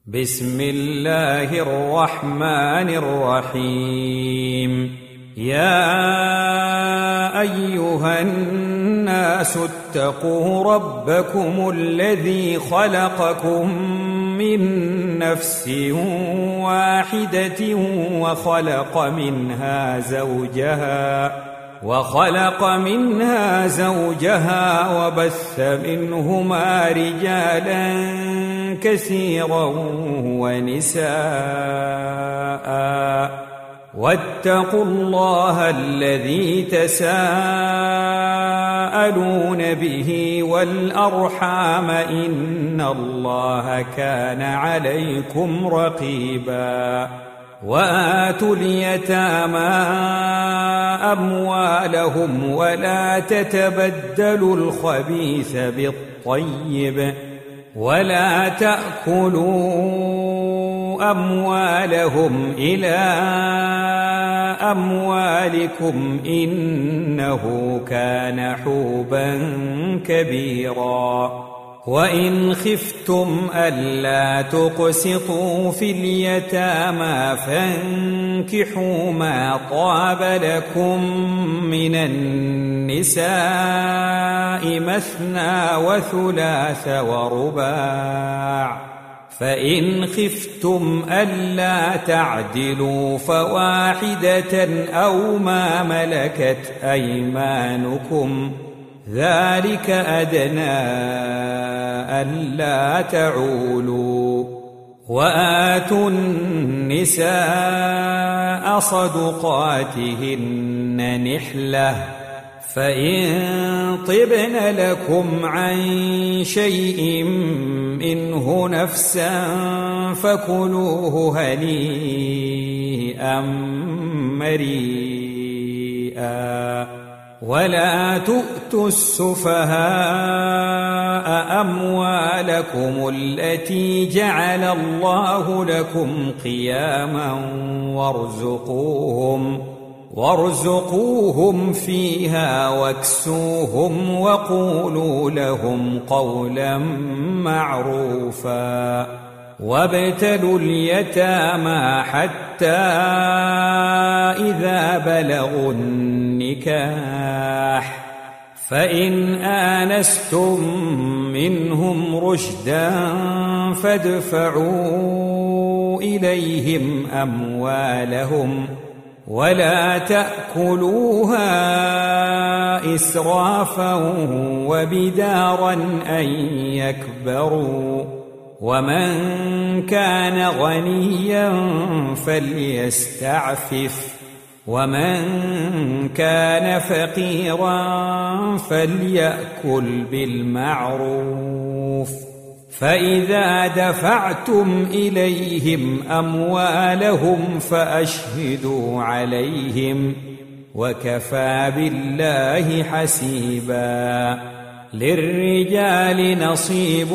بسم الله الرحمن الرحيم. يا أيها الناس اتقوا ربكم الذي خلقكم من نفس واحدة وخلق منها زوجها وبث منهما رجالا كثيرا ونساء، واتقوا الله الذي تساءلون به والأرحام إن الله كان عليكم رقيبا. وآتوا اليتامى أموالهم ولا تتبدلوا الخبيث بالطيب ولا تأكلوا أموالهم إلى أموالكم إنه كان حوبا كبيرا. وإن خفتم ألا تقسطوا في اليتامى فانكحوا ما طاب لكم من النساء مثنى وثلاث ورباع، فإن خفتم ألا تعدلوا فواحدة أو ما ملكت أيمانكم ذلك أدنى ألا تعولوا. وآتوا النساء صدقاتهن نحلة، فإن طبن لكم عن شيء منه نفسا فكلوه هنيئا مريئا. ولا تؤتوا السفهاء أموالكم التي جعل الله لكم قياما وارزقوهم فيها واكسوهم وقولوا لهم قولا معروفا. وابتلوا اليتامى حتى إذا بلغوا النكاح، فإن آنستم منهم رشدا فادفعوا إليهم أموالهم ولا تأكلوها إسرافا وبدارا أن يكبروا. ومن كان غنيا فليستعفف، ومن كان فقيرا فليأكل بالمعروف. فإذا دفعتم إليهم أموالهم فأشهدوا عليهم وكفى بالله حسيبا. للرجال نصيب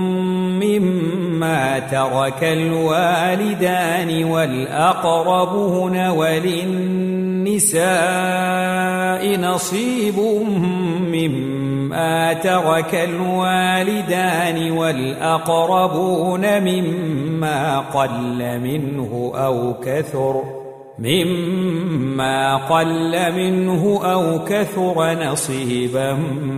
مما ترك الوالدان والأقربون، وللنساء نصيب مما ترك الوالدان والأقربون مما قل منه أو كثر نصيبا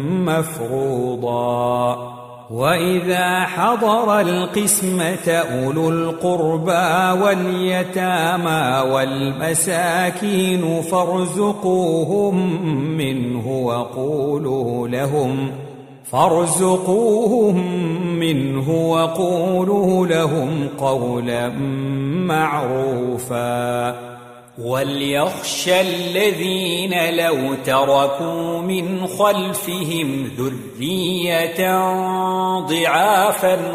مفروضا. وإذا حضر القسمة أولو القربى واليتامى والمساكين فارزقوهم منه وقولوا لهم قولا معروفا. وليخشى الذين لو تركوا من خلفهم ذرية ضعافا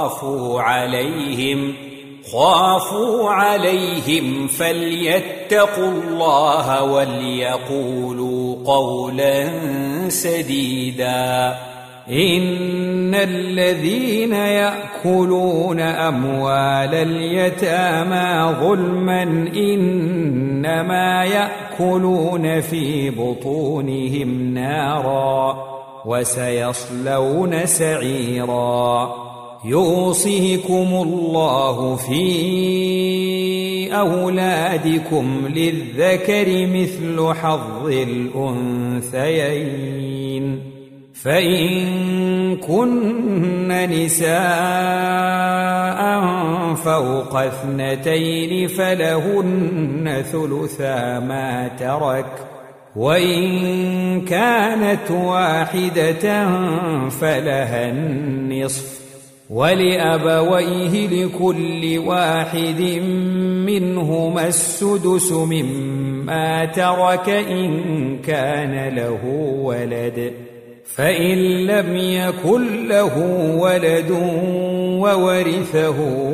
خافوا عليهم فليتقوا الله وليقولوا قولا سديدا. إن الذين يأكلون أموال اليتامى ظلما إنما يأكلون في بطونهم نارا وسيصلون سعيرا. يوصيكم الله في أولادكم للذكر مثل حظ الأنثيين فإن كن نساء فوق 2 فلهن ثلثا ما ترك وإن كانت واحدة فلها النصف ولأبويه لكل واحد منهما السدس مما ترك إن كان له ولد فإن لم يكن له ولد وورثه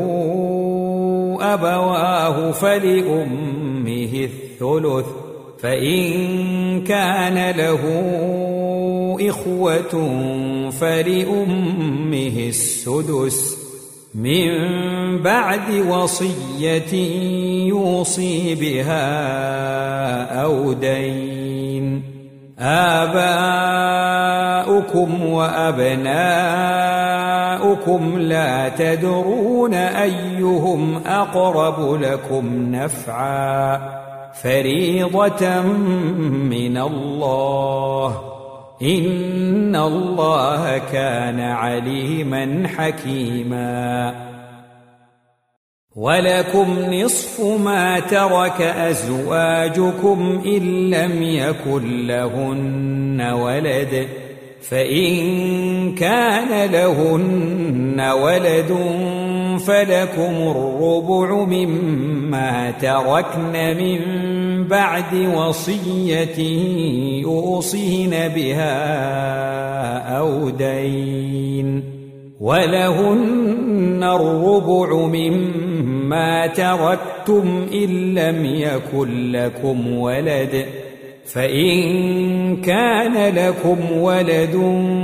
أبواه فلأمه الثلث فإن كان له إخوة فلأمه السدس من بعد وصية يوصي بها أو دين آباؤكم وأبناؤكم لا تدرون أيهم أقرب لكم نفعا فريضة من الله إن الله كان عليما حكيما ولكم نصف ما ترك أزواجكم إن لم يكن لهن ولد فإن كان لهن ولد فلكم الربع مما تركن من بعد وصية يوصين بها أو دين ولهن الربع مما تركتم إن لم يكن لكم ولد فإن كان لكم ولد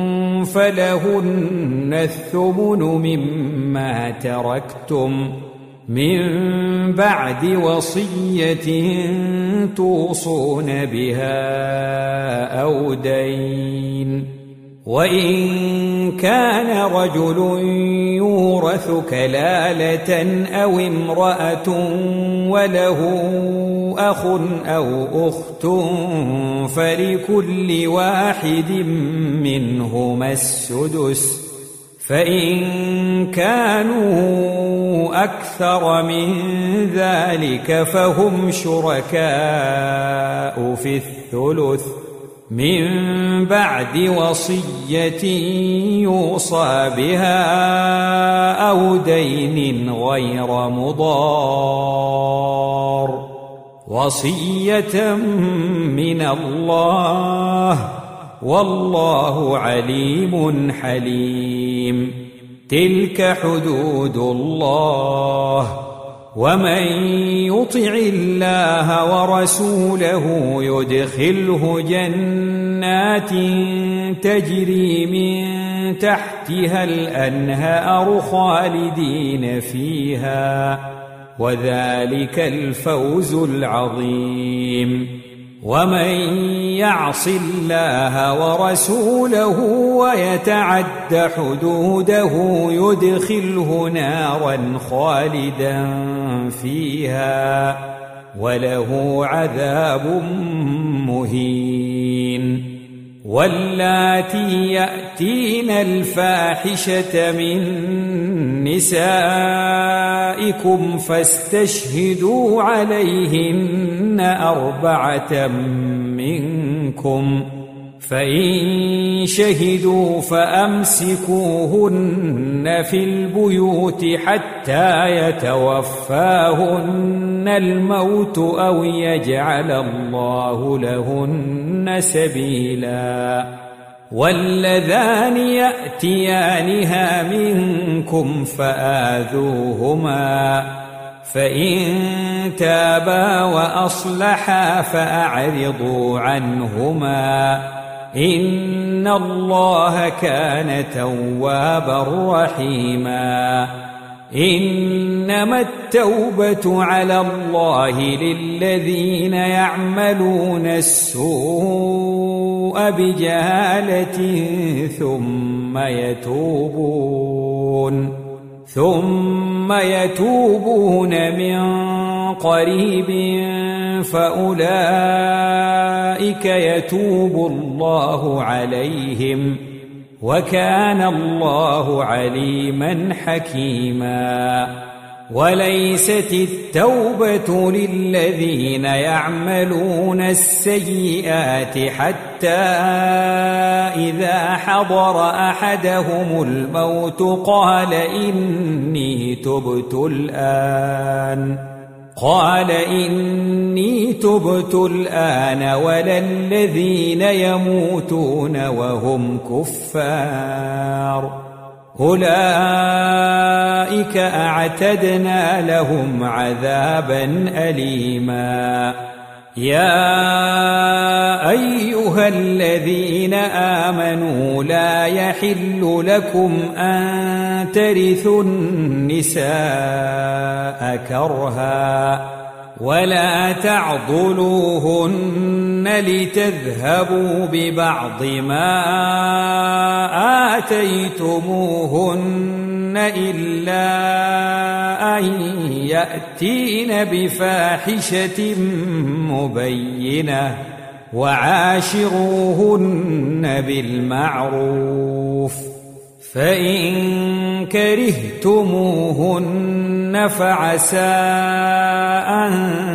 فلهن الثمن مما تركتم من بعد وصية توصون بها أو دين وإن كان رجل يورث كلالة أو امرأة وله أخ أو أخت فلكل واحد منهما السدس فإن كانوا أكثر من ذلك فهم شركاء في الثلث من بعد وصية يوصى بها أو دين غير مضار وصية من الله والله عليم حليم تلك حدود الله ومن يطع الله ورسوله يدخله جنات تجري من تحتها الأنهار خالدين فيها وذلك الفوز العظيم ومن يعص الله ورسوله ويتعد حدوده يدخله نارا خالدا فيها وله عذاب مهين واللاتي يأتين الفاحشة من نسائكم فاستشهدوا عليهن 4 منكم فإن شهدوا فأمسكوهن في البيوت حتى يتوفاهن الموت أو يجعل الله لهن سبيلا واللذان يأتيانها منكم فآذوهما فإن تابا وأصلحا فأعرضوا عنهما إن الله كان توابا رحيما إنما التوبة على الله للذين يعملون السوء بجهالة ثم يتوبون من قريب فأولئك يتوب الله عليهم وكان الله عليما حكيما. وليست التوبة للذين يعملون السيئات حتى إذا حضر أحدهم الموت قال إني تبت الآن ولا الذين يموتون وهم كفار أولئك أعتدنا لهم عذابا أليما. يا أيها الذين آمنوا لا يحل لكم أن ترثوا النساء كرها ولا تعضلوهن لتذهبوا ببعض ما آتيتموهن إلا أن يأتين بفاحشة مبينة وعاشروهن بالمعروف فإن كرهتموهن فعسى أن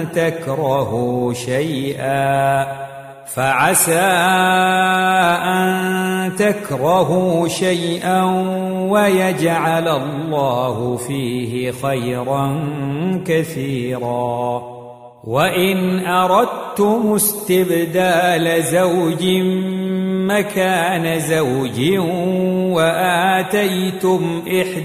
تكرهوا شيئا ويجعل الله فيه خيرا كثيرا. وإن أردتم استبدال زوج مكان زوج وآتيتم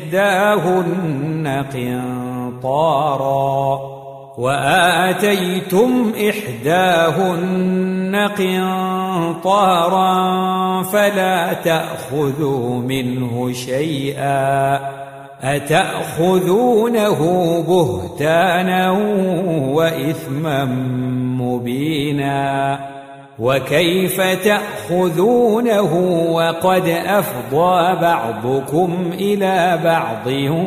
إحداهن قنطارا فلا تأخذوا منه شيئا أتأخذونه بهتانا وإثما مبينا. وكيف تأخذونه وقد أفضى بعضكم إلى بعض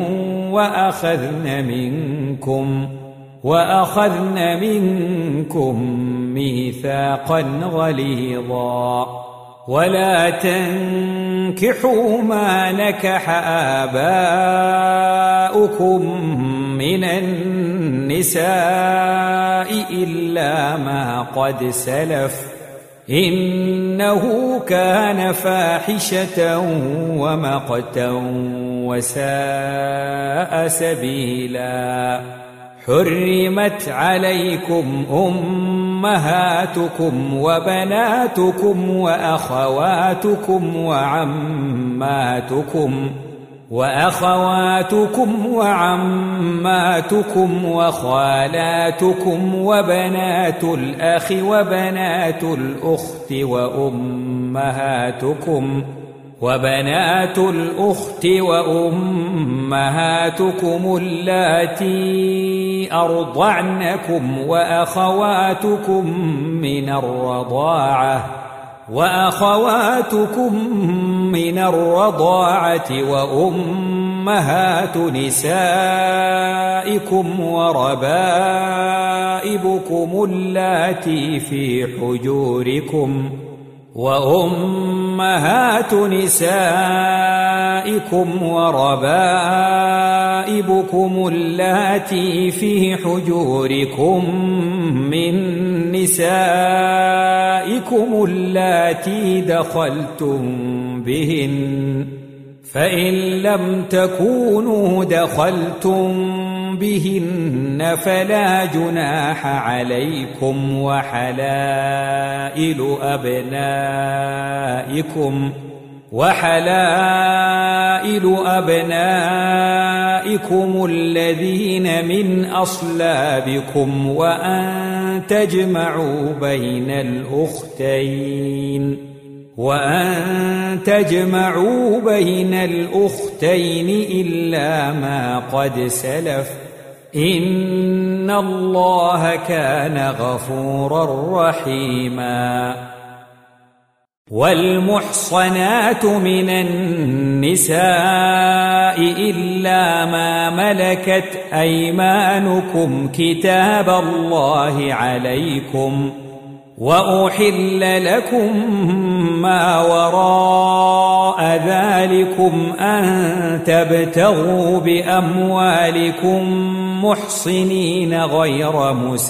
وأخذن منكم ميثاقا غليظا. ولا تنكحوا ما نكح آباؤكم من النساء إلا ما قد سلف إنه كان فاحشة ومقتا وساء سبيلا. حرمت عليكم أمهاتكم وبناتكم وأخواتكم وعماتكم وخالاتكم وبنات الأخ وبنات الأخت وبنات الأخت وأمهاتكم اللاتي أرضعنكم وأخواتكم من الرضاعة وأمهات نسائكم وربائبكم اللاتي في حجوركم من نسائكم اللاتي دخلتم بهن فإن لم تكونوا دخلتم بهن فلا جناح عليكم. وحلائل أبنائكم الذين من أصلابكم وأن تجمعوا بين الأختين وأن تجمعوا بين الأختين إلا ما قد سلف إن الله كان غفورا رحيما. والمحصنات من النساء إلا ما ملكت أيمانكم كتاب الله عليكم، وأحل لكم ما وراء ذلكم أن تبتغوا بأموالكم محصنين غير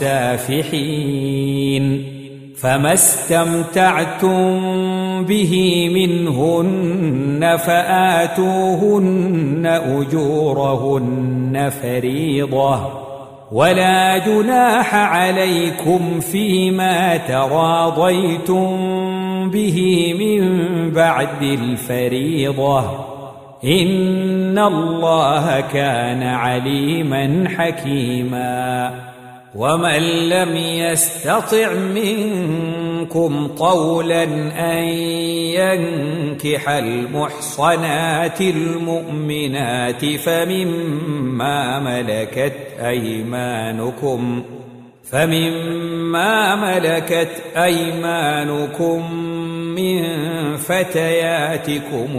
مسافحين، فما استمتعتم به منهن فآتوهن أجورهن فريضة، ولا جناح عليكم فيما تراضيتم به من بعد الفريضة، إن الله كان عليما حكيما. ومن لم يستطع منكم طولا أن ينكح المحصنات المؤمنات فمما ملكت أيمانكم من فتياتكم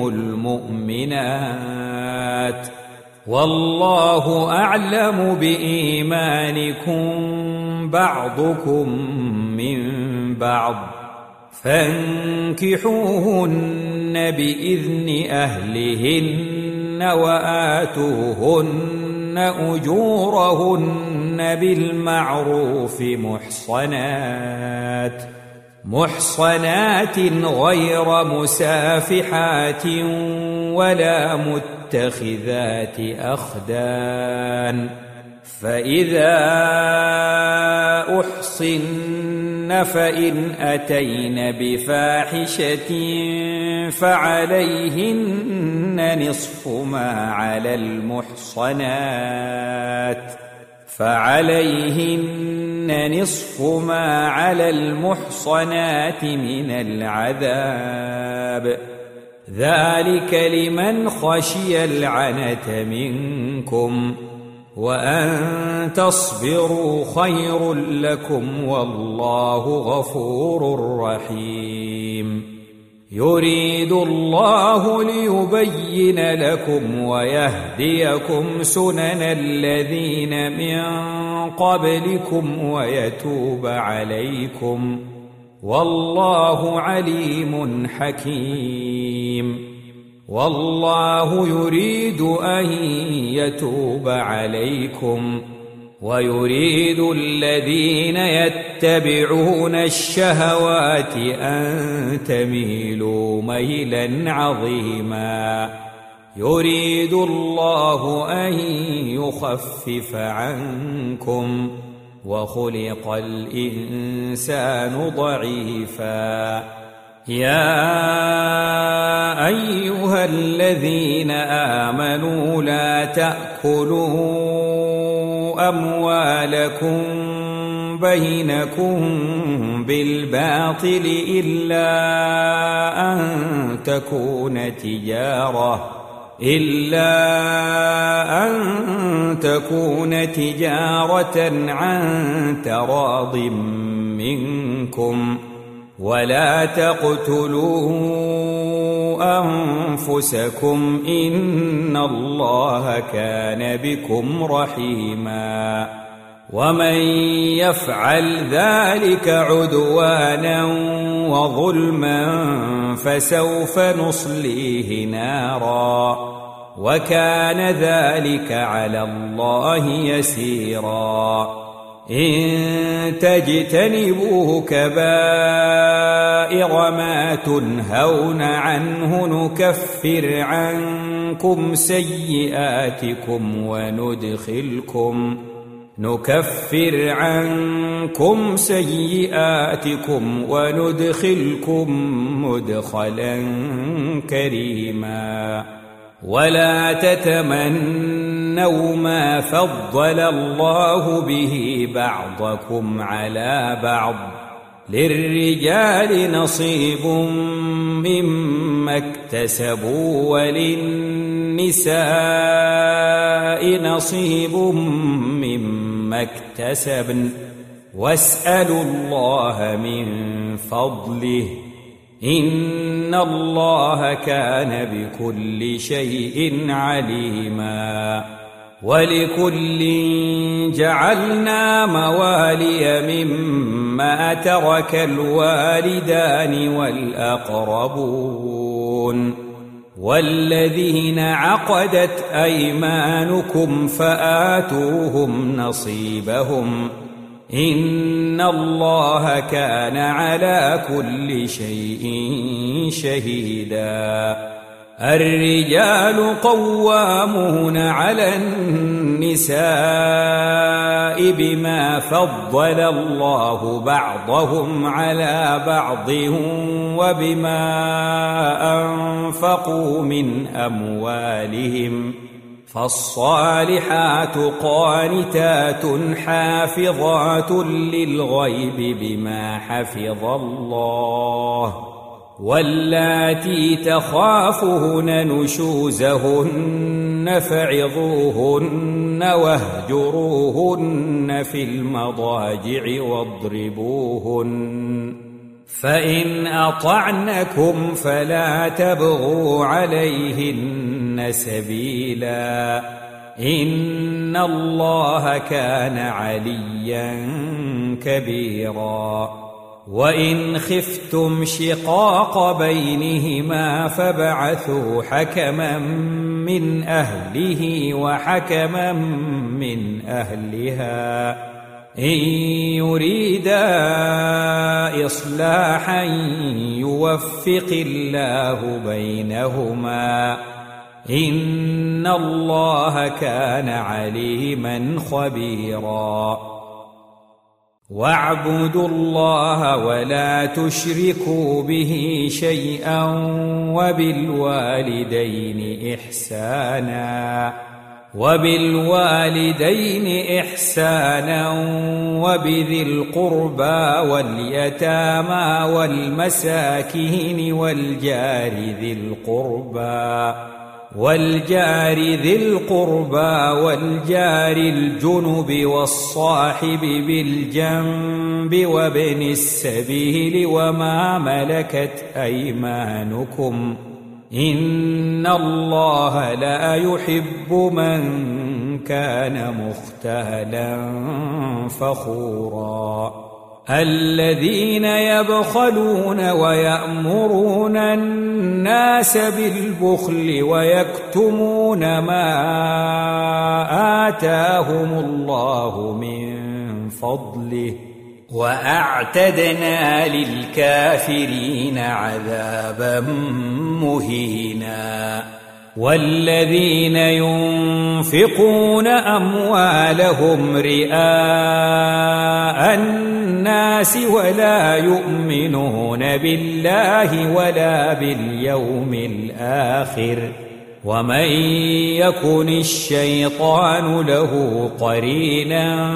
المؤمنات، والله أعلم بإيمانكم بعضكم من بعض، فانكحوهن بإذن أهلهن وآتوهن أجورهن بالمعروف محصنات غير مسافحات ولا متخذات أخدان، فإذا أحصن فإن أتين بفاحشة فعليهن نصف ما على المحصنات من العذاب، ذلك لمن خشي العنة منكم، وأن تصبروا خير لكم والله غفور رحيم. يريد الله ليبين لكم ويهديكم سنن الذين من قبلكم ويتوب عليكم، والله عليم حكيم. والله يريد أن يتوب عليكم، ويريد الذين يتبعون الشهوات أن تميلوا ميلا عظيما. يريد الله أن يخفف عنكم، وخلق الإنسان ضعيفا. يا أيها الذين آمنوا لا تأكلوا أموالكم بينكم بالباطل إلا أن تكون تجارة عن تراض منكم، ولا تقتلوا أنفسكم إن الله كان بكم رحيما. ومن يفعل ذلك عدوانا وظلما فسوف نصليه نارا، وكان ذلك على الله يسيرا. إن تجتنبوا كبائر ما تنهون عنه نكفر عنكم سيئاتكم وندخلكم مدخلا كريما. ولا تتمنوا ما فضل الله به بعضكم على بعض، للرجال نصيب مما اكتسبوا وللنساء نصيب مما اكتسبن واسألوا الله من فضله إن الله كان بكل شيء عليما ولكل جعلنا موالي مما ترك الوالدان والأقربون والذين عقدت أيمانكم فآتوهم نصيبهم إن الله كان على كل شيء شهيدا الرجال قوامون على النساء بما فضل الله بعضهم على بعض وبما أنفقوا من أموالهم فالصالحات قانتات حافظات للغيب بما حفظ الله واللاتي تخافون نشوزهن فعظوهن واهجروهن في المضاجع واضربوهن فإن أطعنكم فلا تبغوا عليهن سبيلا إن الله كان عليا كبيرا وإن خفتم شقاق بينهما فابعثوا حكما من أهله وحكما من أهلها إن يريدا إصلاحا يوفق الله بينهما إن الله كان عليما خبيرا واعبدوا الله ولا تشركوا به شيئا وبالوالدين إحسانا وبذي القربى واليتامى والمساكين والجار ذي القربى والجار الجنب والصاحب بالجنب وابن السبيل وما ملكت أيمانكم إن الله لا يحب من كان مختالا فخورا الذين يبخلون ويأمرون الناس بالبخل ويكتمون ما آتاهم الله من فضله وأعتدنا للكافرين عذابا مهينا والذين ينفقون أموالهم رئاء الناس ولا يؤمنون بالله ولا باليوم الآخر ومن يكن الشيطان له قرينا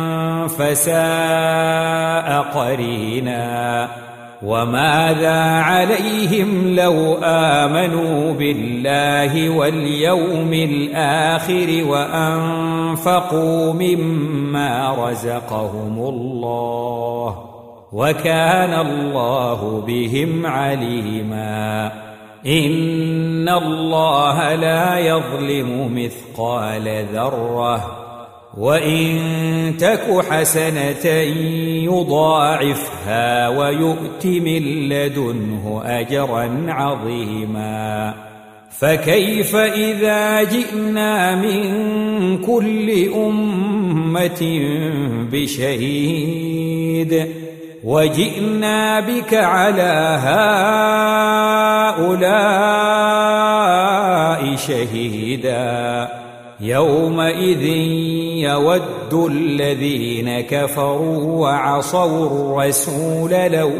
فساء قرينا وماذا عليهم لو آمنوا بالله واليوم الآخر وأنفقوا مما رزقهم الله وكان الله بهم عليما إن الله لا يظلم مثقال ذرة وإن تك حسنة يضاعفها ويؤت من لدنه أجرا عظيما فكيف إذا جئنا من كل أمة بشهيد وجئنا بك على هؤلاء شهيدا يومئذ يود الذين كفروا وعصوا الرسول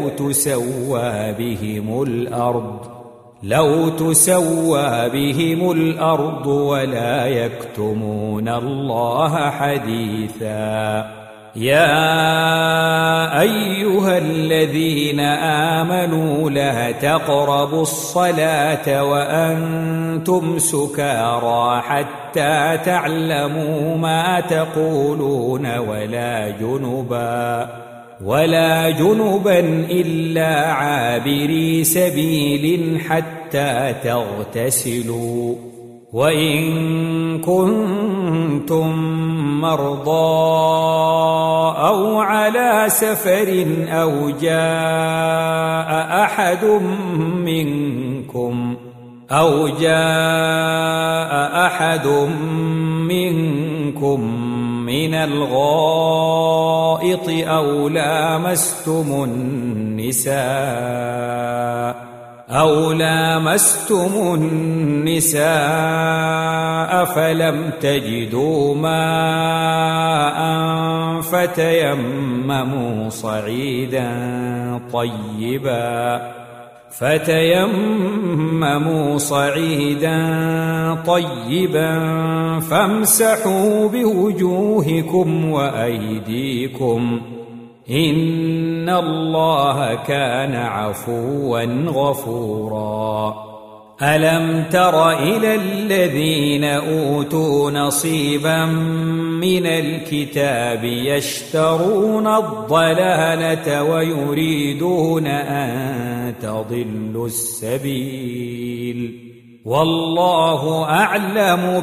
لو تسوى بهم الأرض ولا يكتمون الله حديثا يا أيها الذين آمنوا لا تقربوا الصلاة وأنتم سكارى حتى تعلموا ما تقولون ولا جنبا إلا عابري سبيل حتى تغتسلوا وإن كنتم مرضى أو على سفر أو جاء أحد منكم من الغائط أو لامستم النساء فلم تجدوا ماء فتيمموا صعيدا طيبا فامسحوا بوجوهكم وأيديكم إن الله كان عفوا غفورا ألم تر إلى الذين أوتوا نصيبا من الكتاب يشترون الضلالة ويريدون أن تضلوا السبيل والله أعلم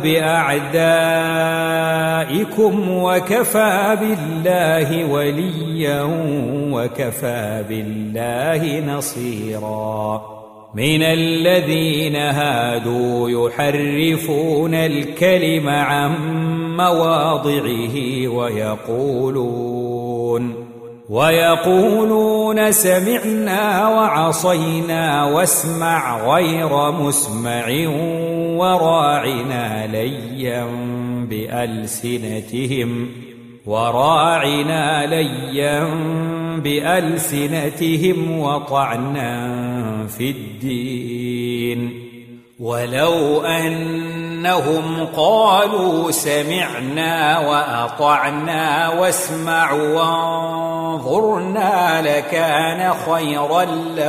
بأعدائكم وكفى بالله وليا وكفى بالله نصيرا من الذين هادوا يحرفون الكلم عن مواضعه ويقولون سمعنا وعصينا واسمع غير مسمع وراعنا ليا بألسنتهم وطعنا في الدين ولو أنهم قالوا سمعنا وأطعنا واسمع وانظرنا لكان خيرا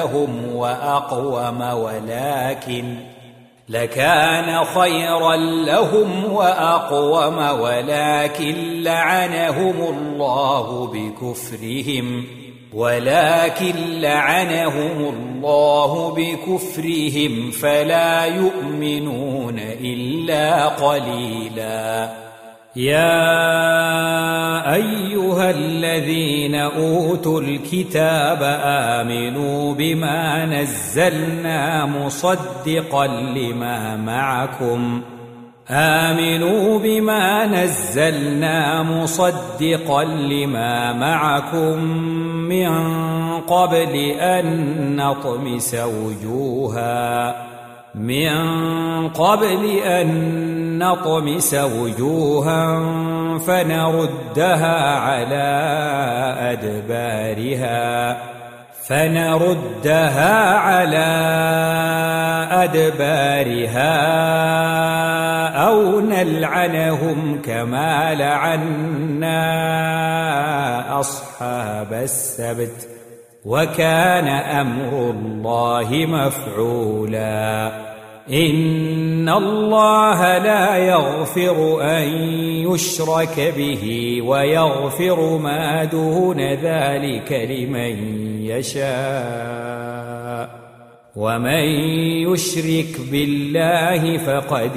لهم وأقوم ولكن لعنهم الله بكفرهم فلا يؤمنون إلا قليلا يا أيها الذين أوتوا الكتاب آمنوا بما نزلنا مصدقا لما معكم من قبل أن نطمس وجوها فنردها على أدبارها أو نلعنهم كما لعنا أصحاب السبت وكان أمر الله مفعولا إن الله لا يغفر أن يشرك به ويغفر ما دون ذلك لمن يشاء ومن يشرك بالله فقد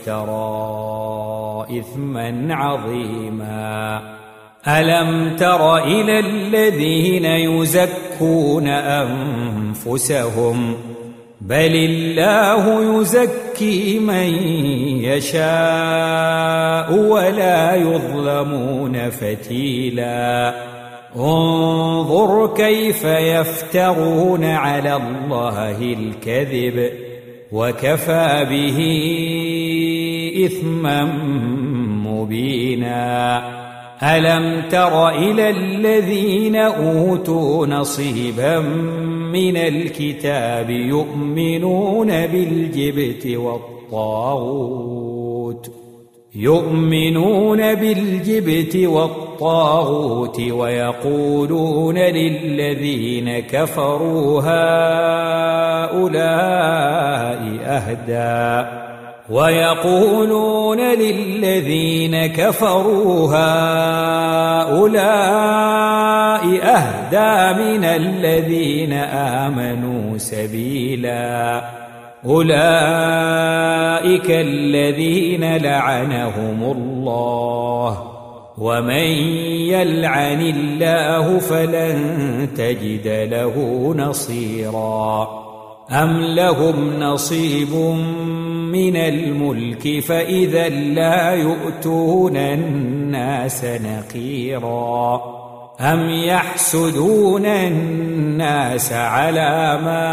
افترى إثما عظيما ألم تر إلى الذين يزكون أنفسهم بل الله يزكي من يشاء ولا يظلمون فتيلا انظر كيف يفترون على الله الكذب وكفى به إثما مبينا ألم تر إلى الذين أوتوا نصيبا من الكتاب يؤمنون بالجبت والطاغوت يؤمنون بالجبت والطاغوت ويقولون للذين كفروا هؤلاء أهدى من الذين آمنوا سبيلا أولئك الذين لعنهم الله ومن يلعن الله فلن تجد له نصيرا أم لهم نصيب من الملك فإذا لا يؤتون الناس نقيرا أم يحسدون الناس على ما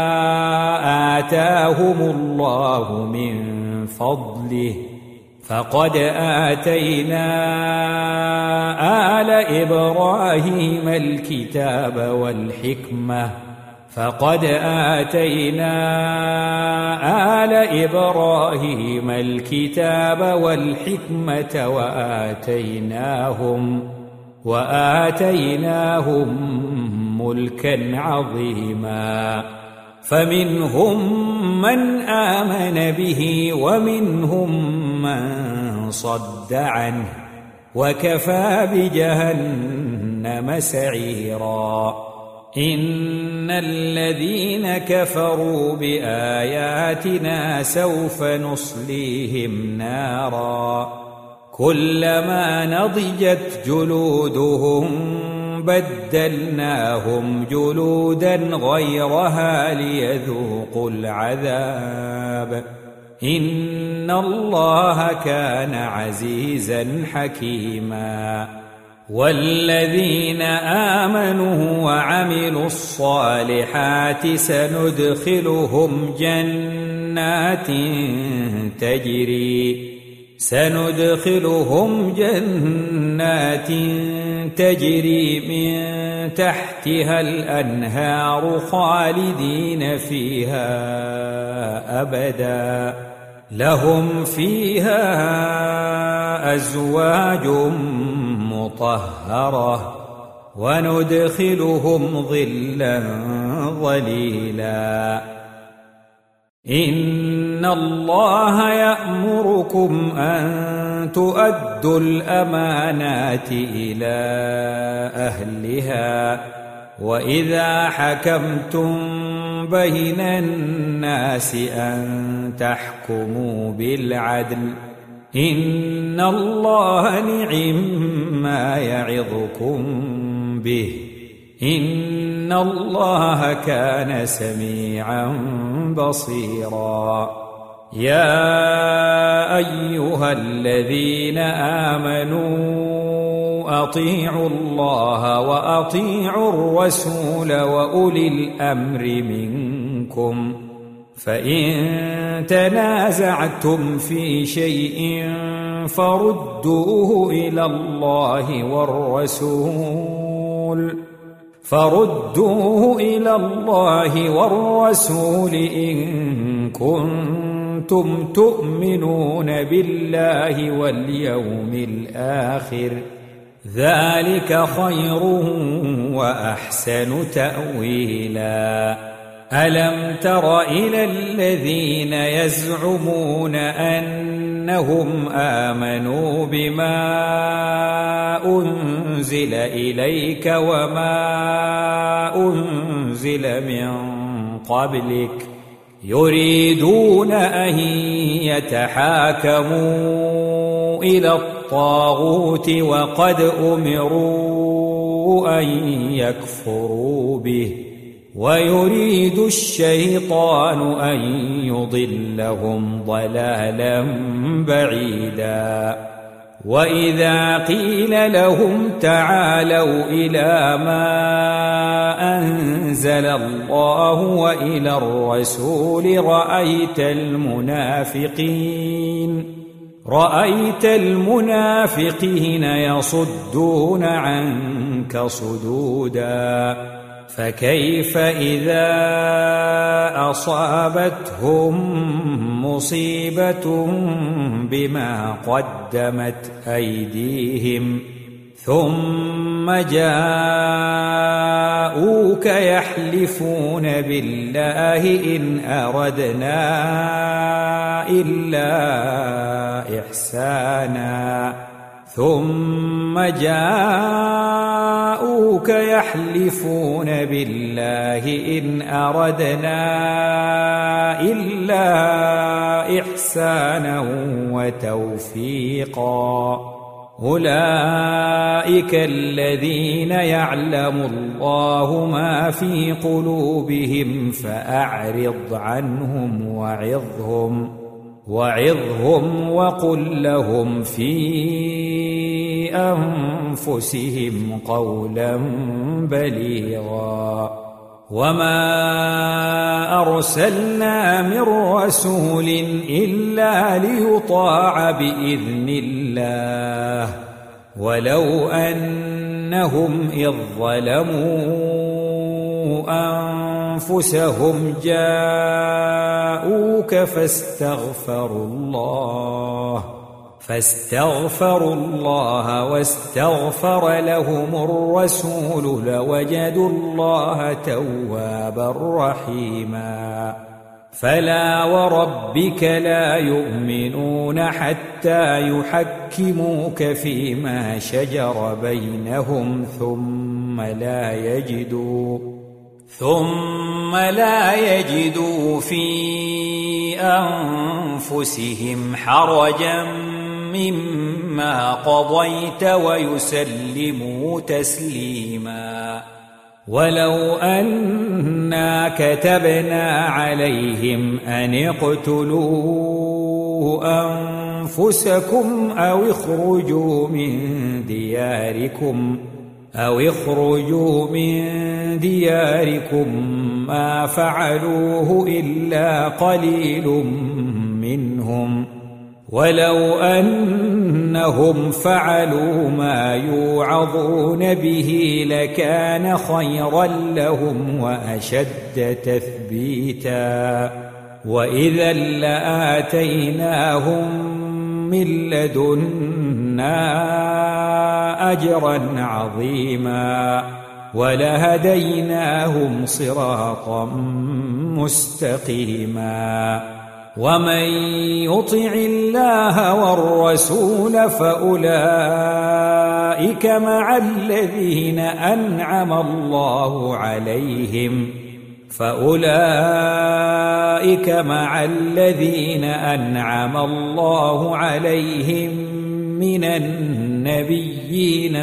آتاهم الله من فضله فقد آتينا آل إبراهيم الكتاب والحكمة وآتيناهم ملكا عظيما فمنهم من آمن به ومنهم من صد عنه وكفى بجهنم سعيرا إن الذين كفروا بآياتنا سوف نصليهم نارا كلما نضجت جلودهم بدلناهم جلودا غيرها ليذوقوا العذاب إن الله كان عزيزا حكيما والذين آمنوا وعملوا الصالحات سندخلهم جنات تجري من تحتها الأنهار خالدين فيها أبدا لهم فيها أزواج مطهرة وندخلهم ظلا ظليلا إن الله يأمركم أن تؤدوا الأمانات إلى أهلها وإذا حكمتم بين الناس أن تحكموا بالعدل إن الله نعم يعظكم به إن الله كان سميعا بصيرا يا أيها الذين آمنوا أطيعوا الله وأطيعوا الرسول وأولي الأمر منكم فإن تنازعتم في شيء فردوه إلى الله والرسول إن كنتم تؤمنون بالله واليوم الآخر ذلك خير وأحسن تأويلا ألم تر إلى الذين يزعمون أنهم آمنوا بما أنزل إليك وما أنزل من قبلك يريدون أن يتحاكموا إلى الطاغوت وقد أمروا أن يكفروا به ويريد الشيطان أن يضلهم ضلالا بعيدا وإذا قيل لهم تعالوا إلى ما أنزل الله وإلى الرسول رأيت المنافقين يصدون عنك صدودا فكيف إذا أصابتهم مصيبة بما قدمت أيديهم ثم جاءوك يحلفون بالله إن أردنا إلا إحسانا ثم جاءوك يحلفون بالله إن أردنا إلا إحسانا وتوفيقا أولئك الذين يعلم الله ما في قلوبهم فأعرض عنهم وعظهم وقل لهم في أنفسهم قولا بليغا وما أرسلنا من رسول إلا ليطاع بإذن الله ولو أنهم إذ ظلموا أنفسهم جاءوك فاستغفروا الله واستغفر لهم الرسول لوجدوا الله توابا رحيما فلا وربك لا يؤمنون حتى يحكموك فيما شجر بينهم ثم لا يجدوا في أنفسهم حرجا مما قضيت ويسلموا تسليما ولو أنا كتبنا عليهم أن اقتلوا أنفسكم أو اخرجوا من دياركم ما فعلوه إلا قليل منهم ولو أنهم فعلوا ما يوعظون به لكان خيرا لهم وأشد تثبيتا وإذا لآتيناهم من لدنا أجرا عظيما ولهديناهم صراطا مستقيما ومن يطع الله والرسول فأولئك مع الذين أنعم الله عليهم من النبيين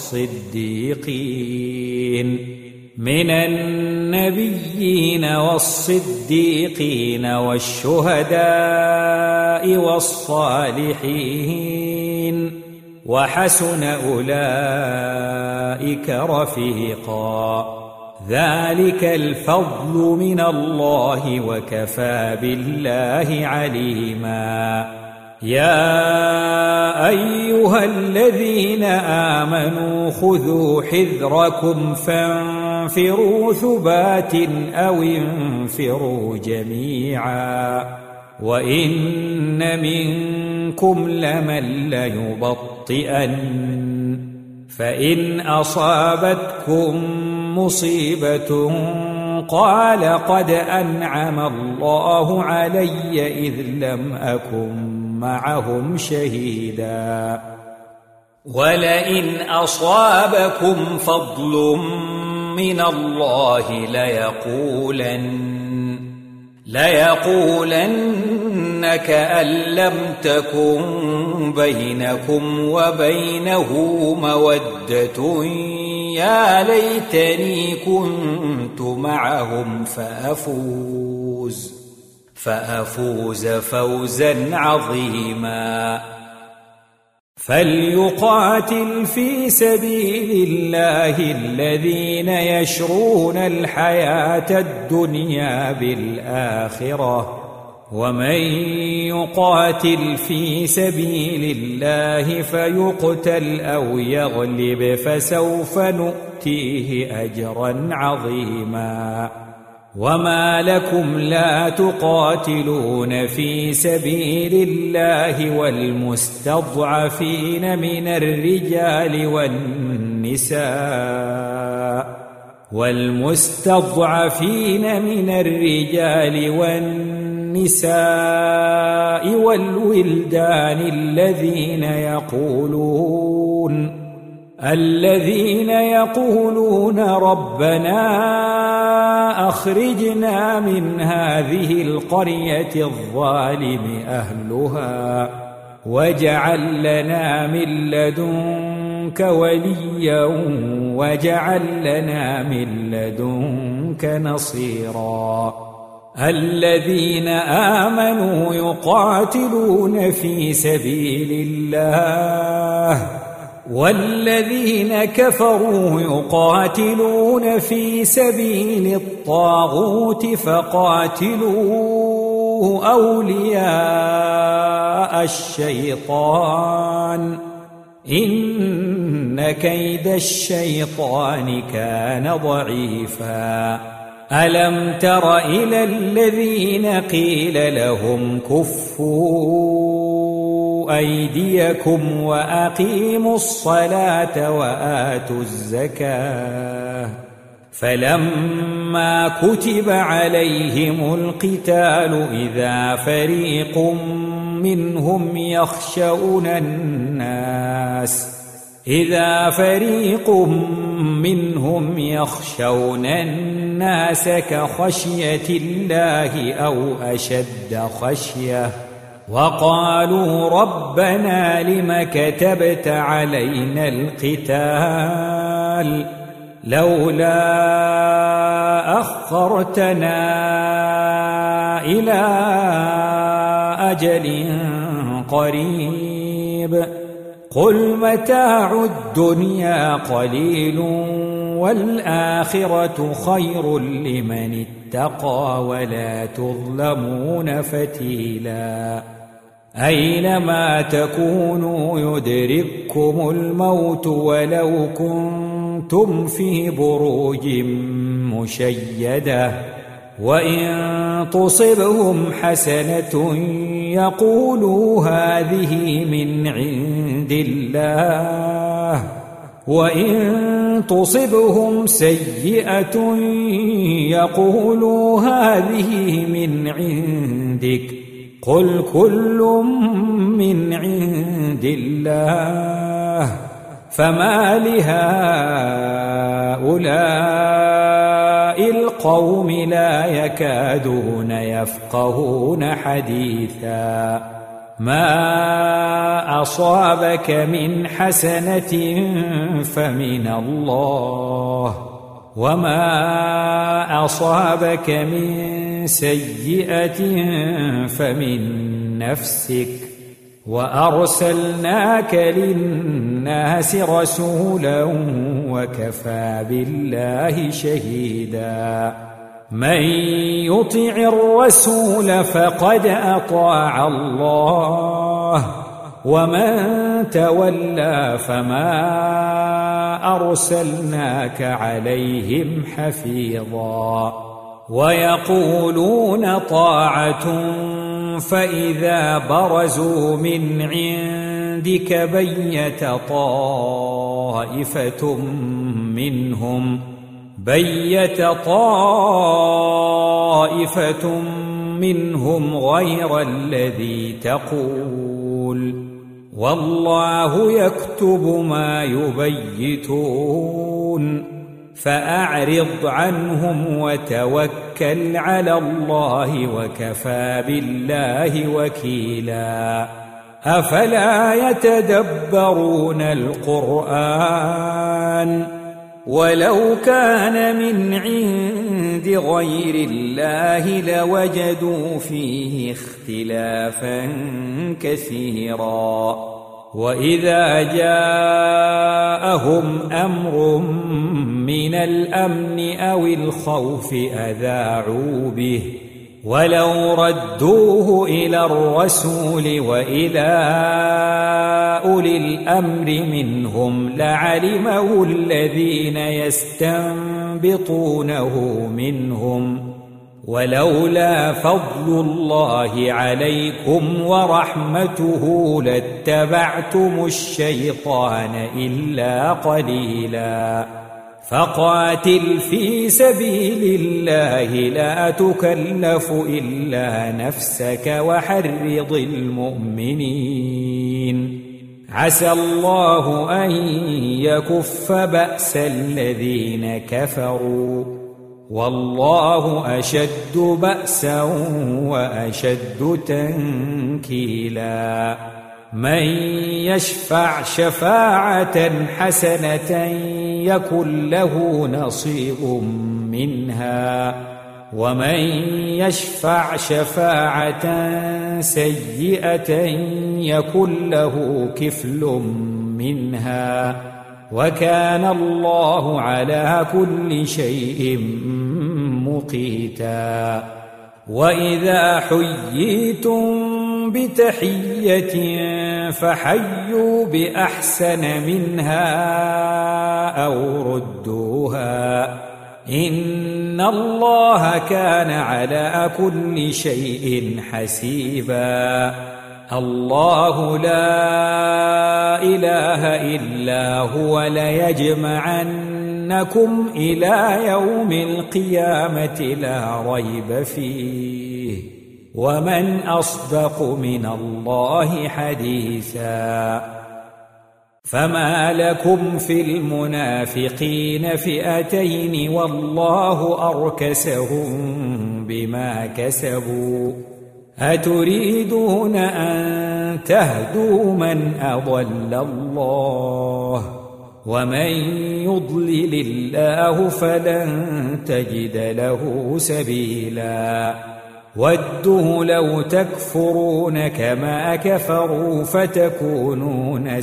والصديقين والشهداء والصالحين وحسن أولئك رفيقا ذلك الفضل من الله وكفى بالله عليما يا أيها الذين آمنوا خذوا حذركم فانفروا ثبات أو انفروا جميعا وإن منكم لمن ليبطئن فإن أصابتكم مصيبة قال قد أنعم الله علي إذ لم أكن معهم شهيدا ولئن أصابكم فضل من الله ليقولن كأن لم تكن بينكم وبينه مودة يا ليتني كنت معهم فأفوز فوزا عظيما فليقاتل في سبيل الله الذين يشرون الحياة الدنيا بالآخرة ومن يقاتل في سبيل الله فيقتل أو يغلب فسوف نؤتيه أجرا عظيما وما لكم لا تقاتلون في سبيل الله والمستضعفين من الرجال والنساء والولدان الذين يقولون ربنا أخرجنا من هذه القرية الظالم أهلها واجعل لنا من لدنك وليا واجعل لنا من لدنك نصيرا الذين آمنوا يقاتلون في سبيل الله والذين كفروا يقاتلون في سبيل الطاغوت فقاتلوا أولياء الشيطان إن كيد الشيطان كان ضعيفا ألم تر إلى الذين قيل لهم كفوا أيديكم وأقيموا الصلاة وآتوا الزكاة فلما كتب عليهم القتال إذا فريق منهم يخشون الناس كخشية الله أو أشد خشية وقالوا ربنا لم كتبت علينا القتال لولا أخرتنا إلى أجل قريب قل متاع الدنيا قليل والآخرة خير لمن اتقى ولا تظلمون فتيلا أينما تكونوا يدرككم الموت ولو كنتم في بروج مشيدة وإن تصبهم حسنة يقولوا هذه من عند الله وإن تصبهم سيئة يقولوا هذه من عندك قل كل من عند الله فما لهؤلاء القوم لا يكادون يفقهون حديثا ما أصابك من حسنة فمن الله وما أصابك من سيئة فمن نفسك وأرسلناك للناس رسولا وكفى بالله شهيدا من يطع الرسول فقد أطاع الله ومن تولى فما أرسلناك عليهم حفيظا ويقولون طاعة فإذا برزوا من عندك بيت طائفة منهم غير الذي تقول والله يكتب ما يبيتون فأعرض عنهم وتوكل على الله وكفى بالله وكيلا أفلا يتدبرون القرآن ولو كان من عند غير الله لوجدوا فيه اختلافا كثيرا وإذا جاءهم أمر من الأمن أو الخوف أذاعوا به ولو ردوه إلى الرسول وإلى أولي الأمر منهم لعلمه الذين يستنبطونه منهم ولولا فضل الله عليكم ورحمته لاتبعتم الشيطان إلا قليلا فقاتل في سبيل الله لا تكلف إلا نفسك وحرض المؤمنين عسى الله أن يكف بأس الذين كفروا والله أشد بأسا وأشد تنكيلا من يشفع شفاعة حسنة يكن له نصيب منها ومن يشفع شفاعة سيئة يكن له كفل منها وكان الله على كل شيء مقيتا وإذا حييتم بتحية فحيوا بأحسن منها أو ردوها إن الله كان على كل شيء حسيبا الله لا إله إلا هو ليجمعنكم إلى يوم القيامة لا ريب فيه ومن أصدق من الله حديثا فما لكم في المنافقين فئتين والله أركسهم بما كسبوا أتريدون أن تهدوا من أضل الله ومن يضلل الله فلن تجد له سبيلا ودوا لو تكفرون كما كفروا فتكونون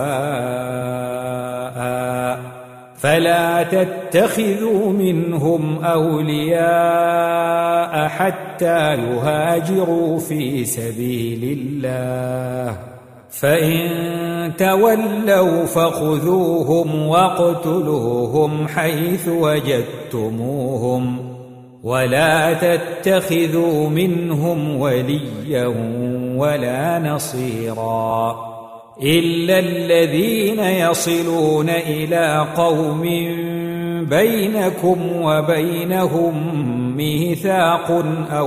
سواء فلا تتخذوا منهم أولياء حتى يهاجروا في سبيل الله فإن تولوا فخذوهم واقتلوهم حيث وجدتموهم ولا تتخذوا منهم وليا ولا نصيرا إلا الذين يصلون إلى قوم بينكم وبينهم ميثاق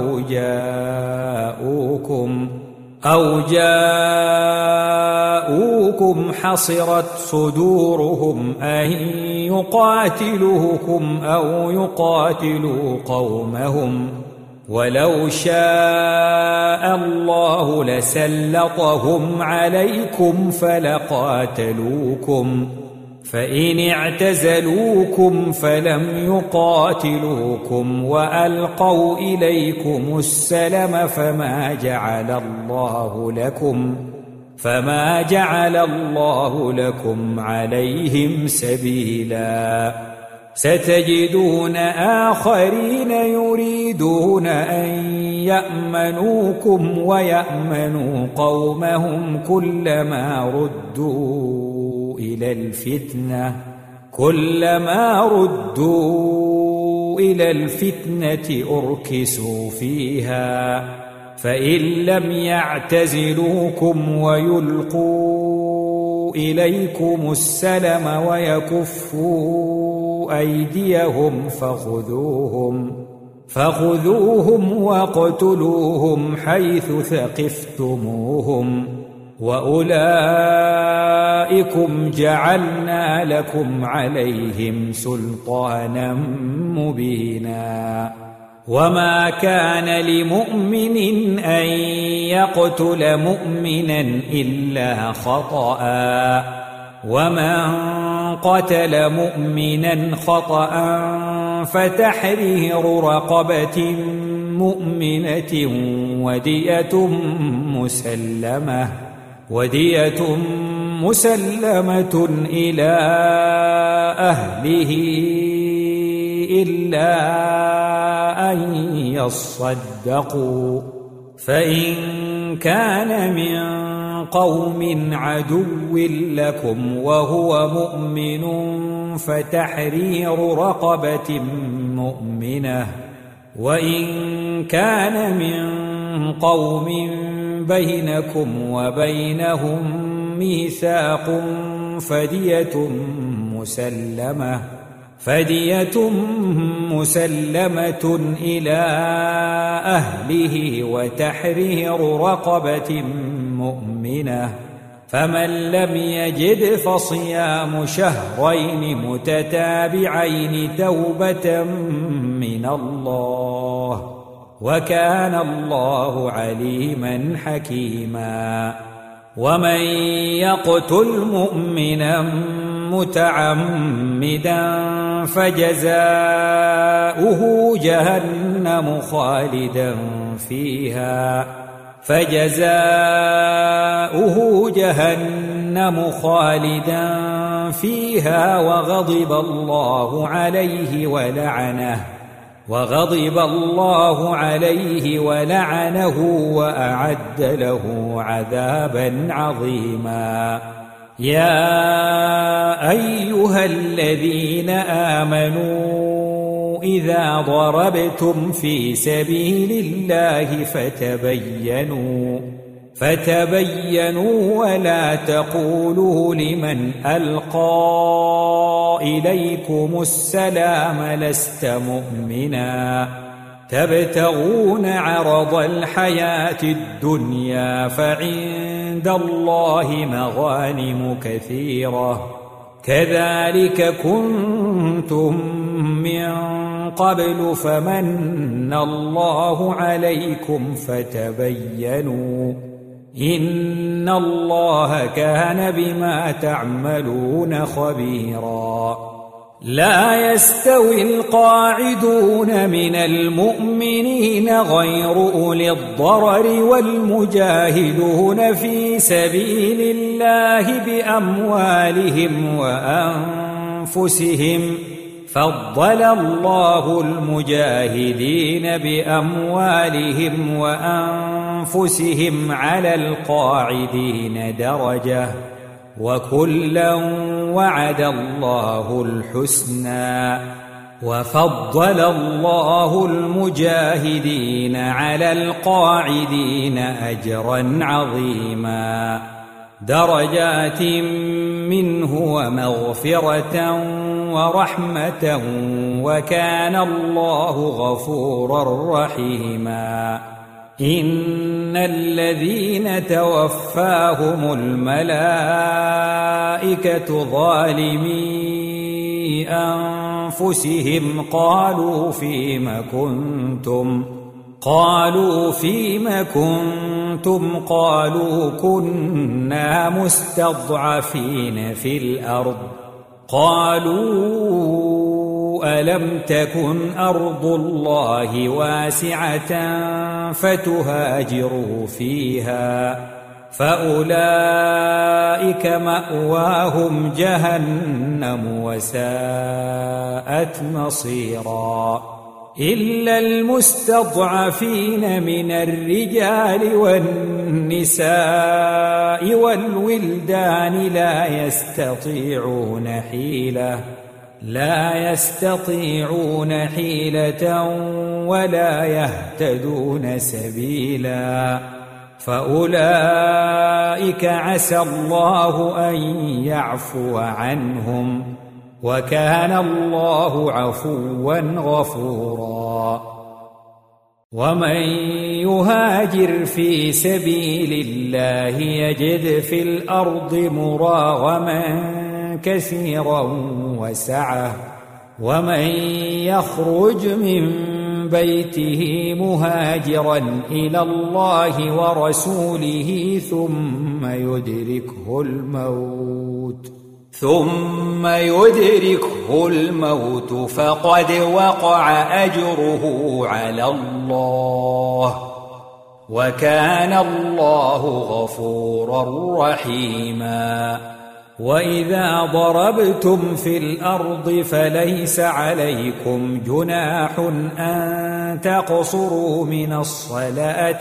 أو جاءوكم حصرت صدورهم أن يقاتلوكم أو يقاتلوا قومهم ولو شاء الله لسلطهم عليكم فلقاتلوكم فإن اعتزلوكم فلم يقاتلوكم وألقوا إليكم السلم فما جعل الله لكم عليهم سبيلا ستجدون آخرين يريدون أن يأمنوكم ويأمنوا قومهم كلما ردوا إلى الفتنة أركسوا فيها فإن لم يعتزلوكم ويلقوا إليكم السلم ويكفوا أيديهم فخذوهم واقتلوهم حيث ثقفتموهم وأولئكم جعلنا لكم عليهم سلطانا مبينا وما كان لمؤمن أن يقتل مؤمنا إلا خطأ ومن قتل مؤمنا خطأ فتحرير رقبة مؤمنة ودية مسلمة إلى أهله إلا أن يصدقوا. فإن كان من قوم عدو لكم وهو مؤمن فتحرير رقبة مؤمنة، وإن كان من قوم بينكم وبينهم ميثاق فدية مسلمة إلى أهله وتحرير رقبة مؤمنة، فمن لم يجد فصيام شهرين متتابعين توبة من الله، وكان الله عليما حكيما. ومن يقتل مؤمنا متعمدا فجزاؤه جهنم خالدا فيها وغضب الله عليه ولعنه وأعد له عذابا عظيما. يا أيها الذين آمنوا إذا ضربتم في سبيل الله فتبينوا ولا تقولوا لمن ألقى إليكم السلام لست مؤمنا تبتغون عرض الحياة الدنيا فعند الله مغانم كثيرة كذلك كنتم من قبل فمن الله عليكم فتبينوا إن الله كان بما تعملون خبيرا. لا يستوي القاعدون من المؤمنين غير أولي الضرر والمجاهدون في سبيل الله بأموالهم وأنفسهم فضل الله المجاهدين بأموالهم وأنفسهم على القاعدين درجة وكلا وعد الله الحسنى وفضل الله المجاهدين على القاعدين أجرا عظيما درجات منه ومغفرة ورحمة وكان الله غفورا رحيما. إن الذين توفاهم الملائكة ظالمي أنفسهم قالوا فيم كنتم قالوا كنا مستضعفين في الأرض قالوا ألم تكن أرض الله واسعة فتهاجروا فيها فأولئك مأواهم جهنم وساءت مصيرا. إلا المستضعفين من الرجال والنساء والولدان لا يستطيعون حيلة ولا يهتدون سبيلا فأولئك عسى الله أن يعفو عنهم وكان الله عفوا غفورا. ومن يهاجر في سبيل الله يجد في الأرض مراغما كثيرا وسعة ومن يخرج من بيته مهاجرا إلى الله ورسوله ثم يدركه الموت فقد وقع أجره على الله وكان الله غفورا رحيما. وإذا ضربتم في الأرض فليس عليكم جناح أن تقصروا من الصلاة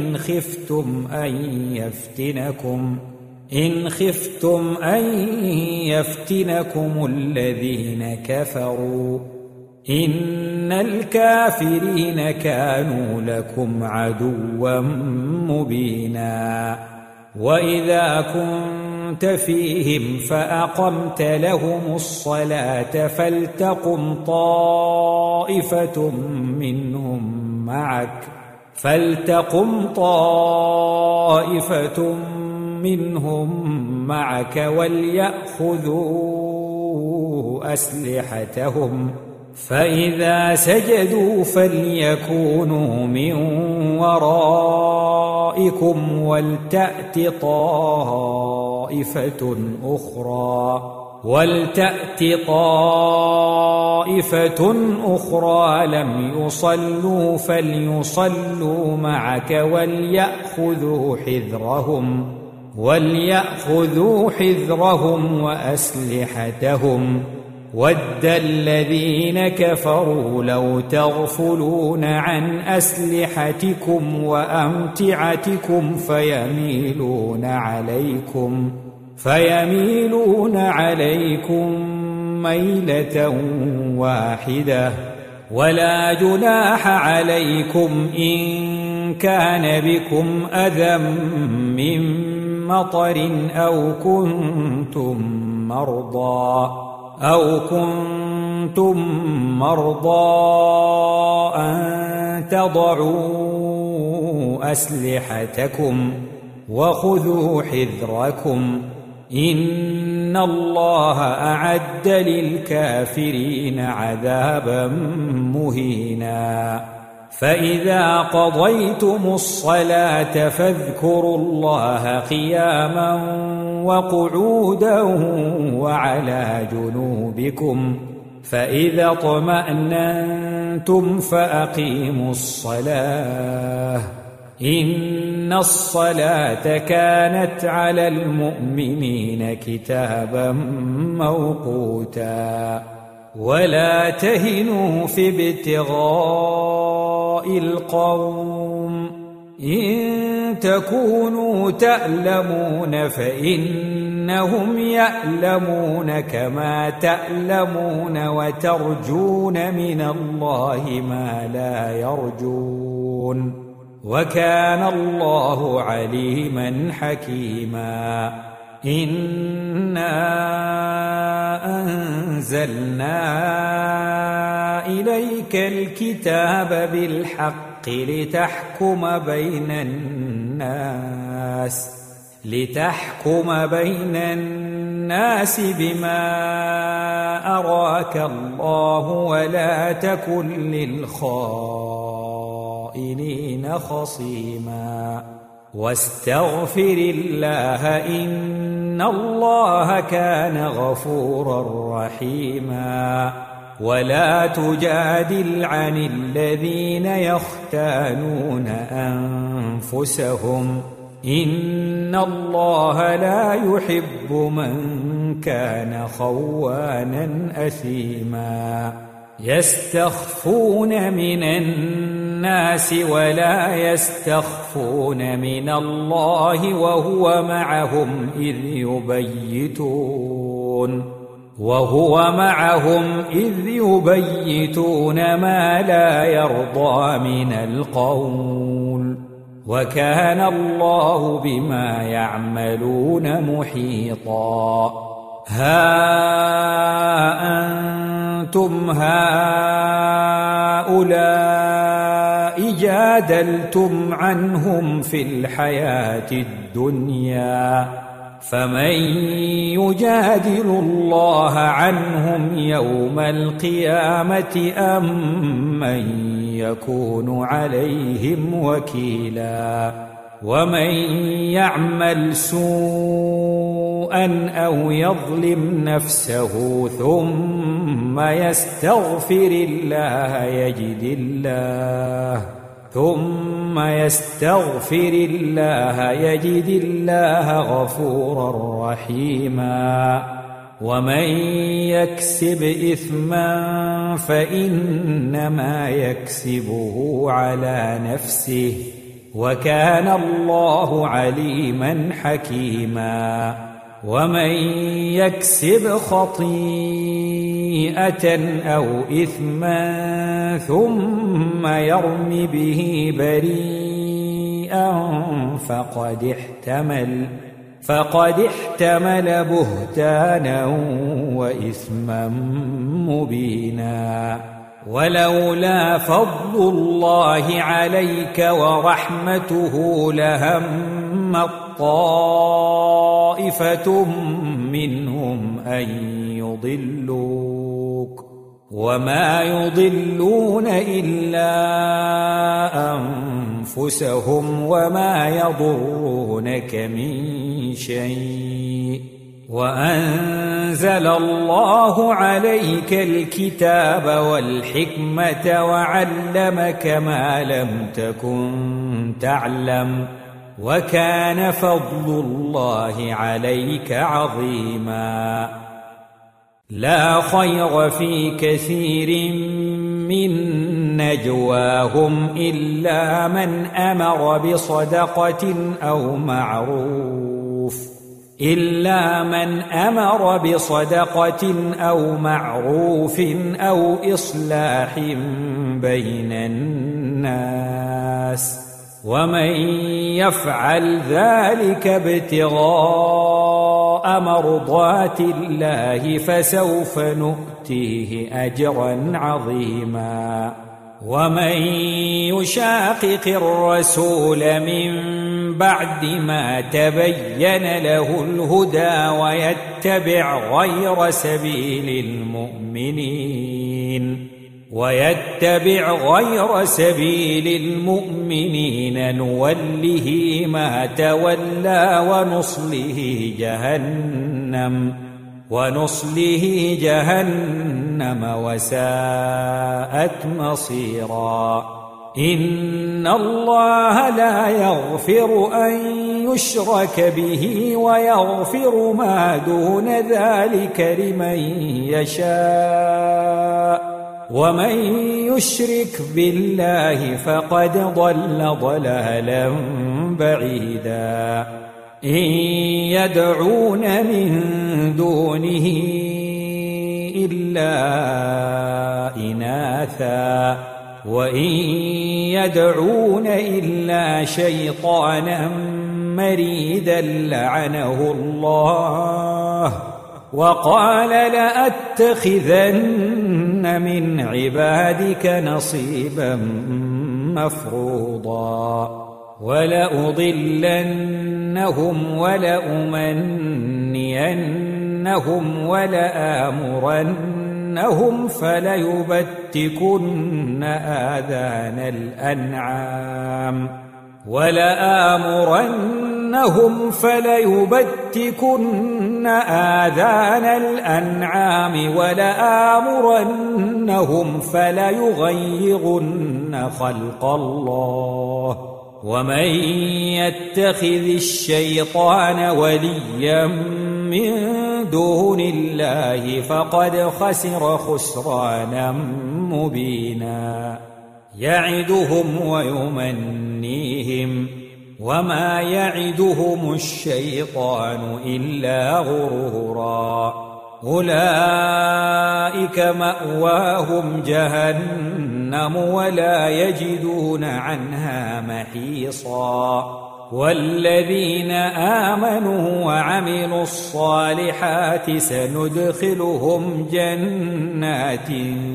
إن خفتم أن يفتنكم الذين كفروا إن الكافرين كانوا لكم عدوا مبينا. وإذا كنت فيهم فأقمت لهم الصلاة فلتقم طائفة منهم معك وليأخذوا أسلحتهم، فإذا سجدوا فليكونوا من ورائكم ولتأت طائفة أخرى لم يصلوا فليصلوا معك وليأخذوا حذرهم وأسلحتهم. وَدَّ الَّذِينَ كَفَرُوا لَوْ تَغْفُلُونَ عَنْ أَسْلِحَتِكُمْ وَأَمْتِعَتِكُمْ فيميلون عليكم ميلة واحدة. ولا جناح عليكم إن كان بكم أذى من مطر أو كنتم مرضى أن تضعوا أسلحتكم وخذوا حذركم إن الله أعد للكافرين عذابا مهينا. فإذا قضيتم الصلاة فاذكروا الله قياما وقعودا وعلى جنوبكم، فإذا اطمأننتم فأقيموا الصلاة إن الصلاة كانت على المؤمنين كتابا موقوتا. ولا تهنوا في ابتغاء القوم إن تكونوا تألمون فإنهم يألمون كما تألمون وترجون من الله ما لا يرجون وكان الله عليما حكيما. إنا أنزلنا إليك الكتاب بالحق لتحكم بين الناس بما أراك الله ولا تكن للخائنين خصيما. واستغفر الله إن الله كان غفورا رحيما. ولا تجادل عن الذين يختانون أنفسهم إن الله لا يحب من كان خوانا أثيما. يستخفون من الناس ولا يستخفون من الله وهو معهم إذ يبيتون ما لا يرضى من القول وكان الله بما يعملون محيطا. ها أنتم هؤلاء جادلتم عنهم في الحياة الدنيا فمن يجادل الله عنهم يوم القيامة أم من يكون عليهم وكيلا. ومن يعمل سوءا أو يظلم نفسه ثم يستغفر الله ثم يستغفر الله يجد الله غفورا رحيما ومن يكسب إثما فإنما يكسبه على نفسه وكان الله عليما حكيما ومن يكسب خطيئة أو إثما ثم يرم به بريئا فقد احتمل بهتانا وإثما مبينا ولولا فضل الله عليك ورحمته لهم طائفة منهم أن يضلوك وما يضلون إلا أنفسهم وما يضرونك من شيء وأنزل الله عليك الكتاب والحكمة وعلمك ما لم تكن تعلم وكان فضل الله عليك عظيما لا خير في كثير من نجواهم إلا من أمر بصدقة أو معروف أو إصلاح بين الناس ومن يفعل ذلك ابتغاء مرضات الله فسوف نؤتيه أجرا عظيما ومن يشاقق الرسول من بعد ما تبين له الهدى ويتبع غير سبيل المؤمنين نوله ما تولى ونصله جهنم وساءت مصيرا إن الله لا يغفر أن يشرك به ويغفر ما دون ذلك لمن يشاء ومن يشرك بالله فقد ضل ضلالا بعيدا إن يدعون من دونه إلا إناثا وإن يدعون إلا شيطانا مريدا لعنه الله وقال لأتخذن من عبادك نصيبا مفروضا ولأضلنهم ولأمنينهم ولآمرنهم فليبتكن آذان الأنعام ولآمرنهم فليغيرن خلق الله ومن يتخذ الشيطان وليا من دون الله فقد خسر خسرانا مبينا يعدهم ويمنيهم وما يعدهم الشيطان إلا غرورا أولئك مأواهم جهنم ولا يجدون عنها محيصا والذين آمنوا وعملوا الصالحات سندخلهم جنات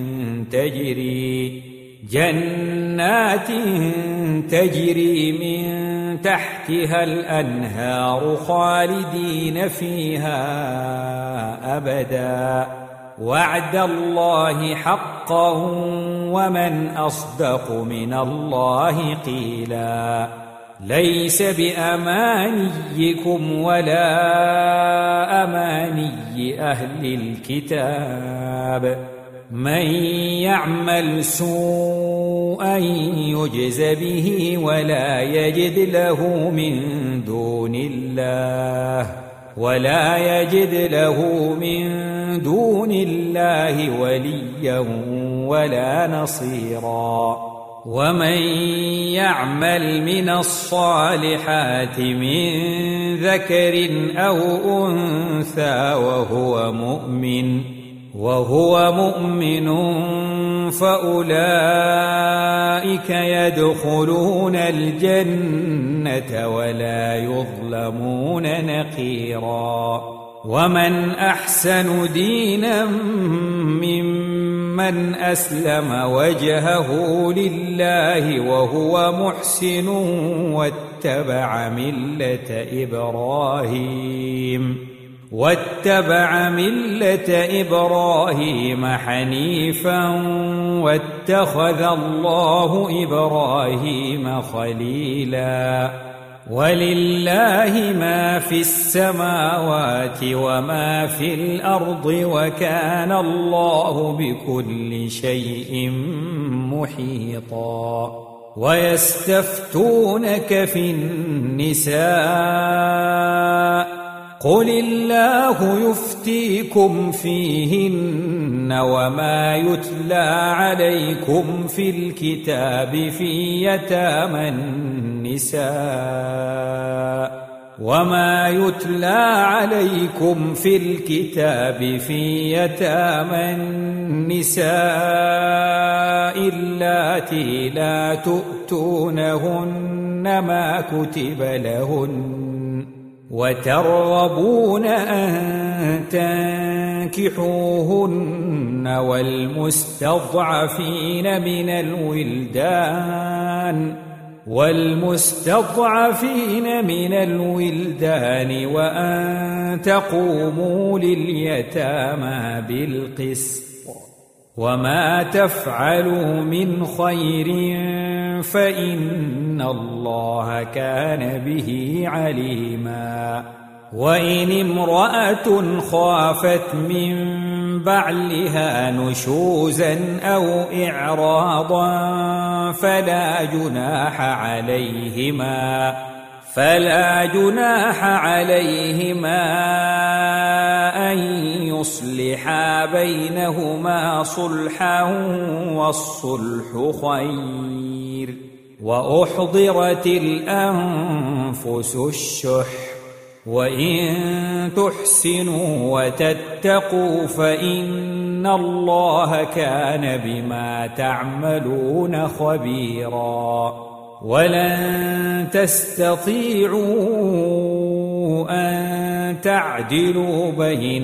تجري من تحتها الأنهار خالدين فيها أبدا وعد الله حقا ومن أصدق من الله قيلا ليس بأمانيكم ولا أماني أهل الكتاب من يعمل سوءا أن يجز به ولا يجد له من دون الله وليا ولا نصيرا. ومن يعمل من الصالحات من ذكر أو أنثى وهو مؤمن فأولئك يدخلون الجنة ولا يظلمون نقيرا. ومن أحسن دينا ممن أسلم وجهه لله وهو محسن واتبع ملة إبراهيم حنيفا واتخذ الله إبراهيم خليلا. ولله ما في السماوات وما في الأرض وكان الله بكل شيء محيطا. ويستفتونك في النساء قل الله يفتيكم فيهن وما يتلى عليكم في الكتاب في يتامى النساء اللاتي لا تؤتونهن ما كتب لهن وترغبون أن تنكحوهن والمستضعفين من الولدان وأن تقوموا لليتامى بالقسط. وما تفعلوا من خير فإن الله كان به عليما. وإن امرأة خافت من بعلها نشوزا أو إعراضا فلا جناح عليهما أن يصلحا بينهما صلحا والصلح خير. وأحضرت الأنفس الشح وإن تحسنوا وتتقوا فإن الله كان بما تعملون خبيرا. ولن تستطيعوا أن تعدلوا بين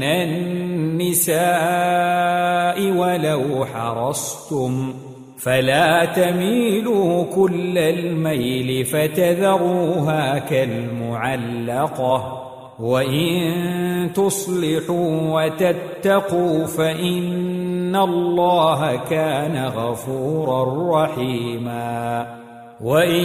النساء ولو حرصتم فلا تميلوا كل الميل فتذروها كالمعلقة. وإن تصلحوا وتتقوا فإن الله كان غفورا رحيما. وإن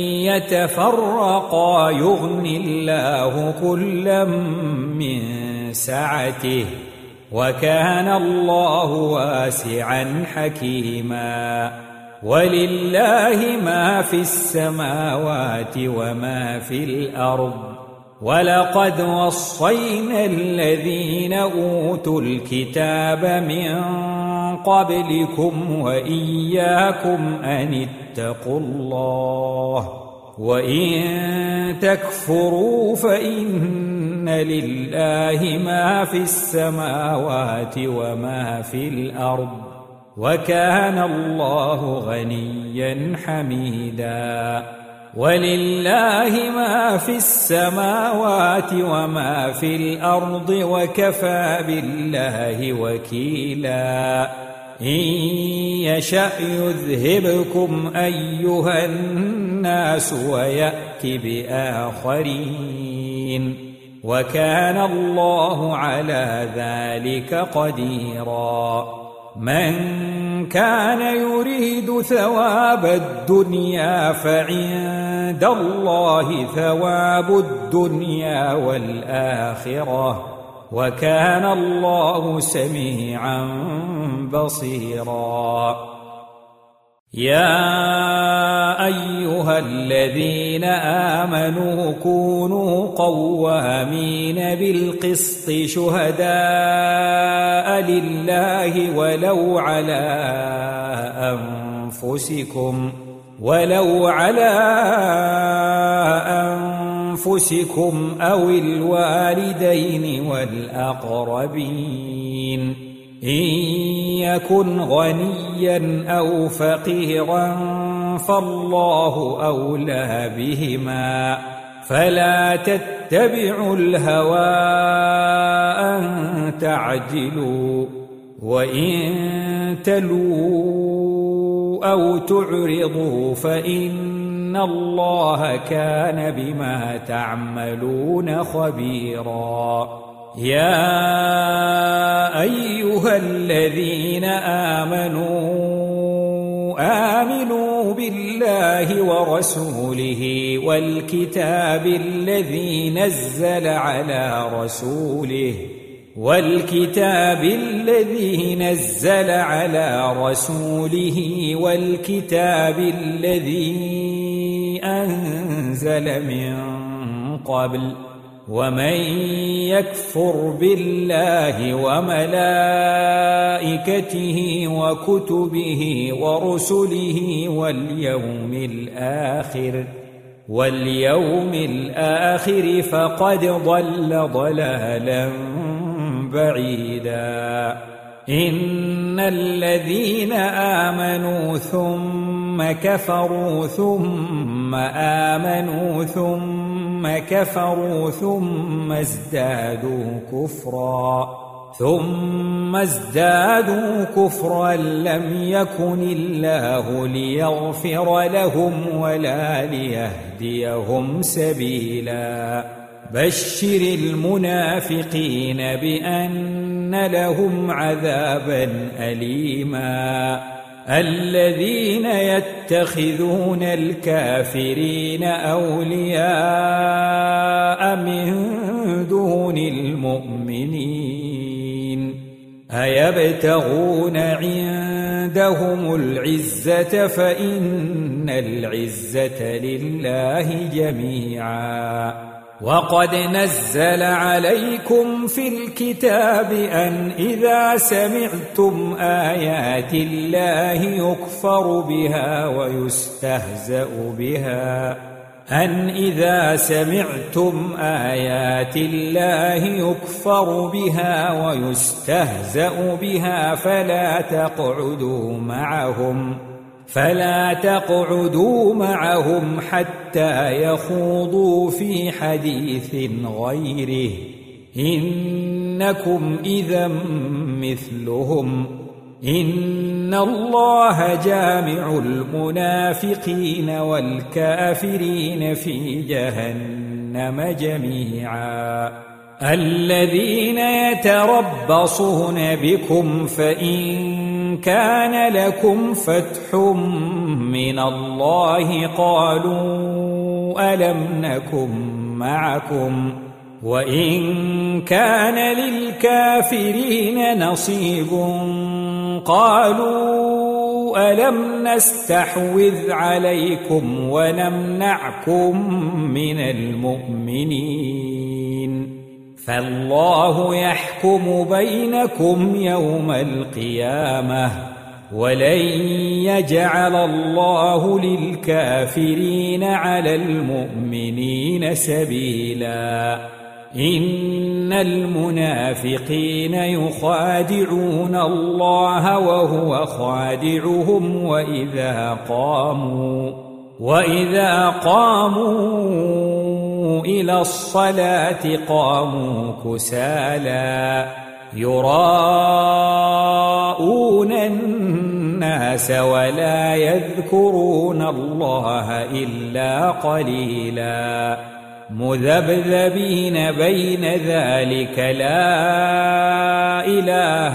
يتفرقا يغن الله كلا من سعته وكان الله واسعا حكيما. ولله ما في السماوات وما في الأرض. ولقد وصينا الذين أوتوا الكتاب من قبلكم وإياكم أن اتقوا الله. وإن تكفروا فإن لله ما في السماوات وما في الأرض وكان الله غنيا حميدا. ولله ما في السماوات وما في الأرض وكفى بالله وكيلا. إن يشأ يذهبكم أيها الناس ويأت بآخرين وكان الله على ذلك قديرا. من كان يريد ثواب الدنيا فعند الله ثواب الدنيا والآخرة وكان الله سميعا بصيرا. يا أيها الذين آمنوا كونوا قوامين بالقسط شهداء لله ولو على أنفسكم أو الوالدين والأقربين إن يكن غنيا أو فقيرا فالله أولى بهما فلا تتبعوا الهوى أن تعجلوا وإن تلووا أو تعرضوا فإن الله كان بما تعملون خبيرا يا أيها الذين آمنوا بالله ورسوله والكتاب الذي نزل على رسوله والكتاب الذي أنزل من قبل ومن يكفر بالله وملائكته وكتبه ورسله واليوم الآخر فقد ضل ضلالا بعيدا إن الذين آمنوا ثم كفروا ثم آمنوا ثم كفروا ثم ازدادوا كفرا لم يكن الله ليغفر لهم ولا ليهديهم سبيلا بشر المنافقين بأن لهم عذابا أليما الذين يتخذون الكافرين أولياء من دون المؤمنين أيبتغون عندهم العزة فإن العزة لله جميعا وقد نزل عليكم في الكتاب أن إذا سمعتم آيات الله يكفر بها ويستهزأ بها فلا تقعدوا معهم حتى يخوضوا في حديث غيره إنكم إذا مثلهم إن الله جامع المنافقين والكافرين في جهنم جميعا الذين يتربصون بكم فإن كان لكم فتح من الله قالوا ألم نكن معكم وإن كان للكافرين نصيب قالوا ألم نستحوذ عليكم ونمنعكم من المؤمنين فالله يحكم بينكم يوم القيامة ولن يجعل الله للكافرين على المؤمنين سبيلا إن المنافقين يخادعون الله وهو خادعهم وإذا قاموا إلى الصلاة قاموا كسالى يراءون الناس ولا يذكرون الله إلا قليلا مذبذبين بين ذلك لا إله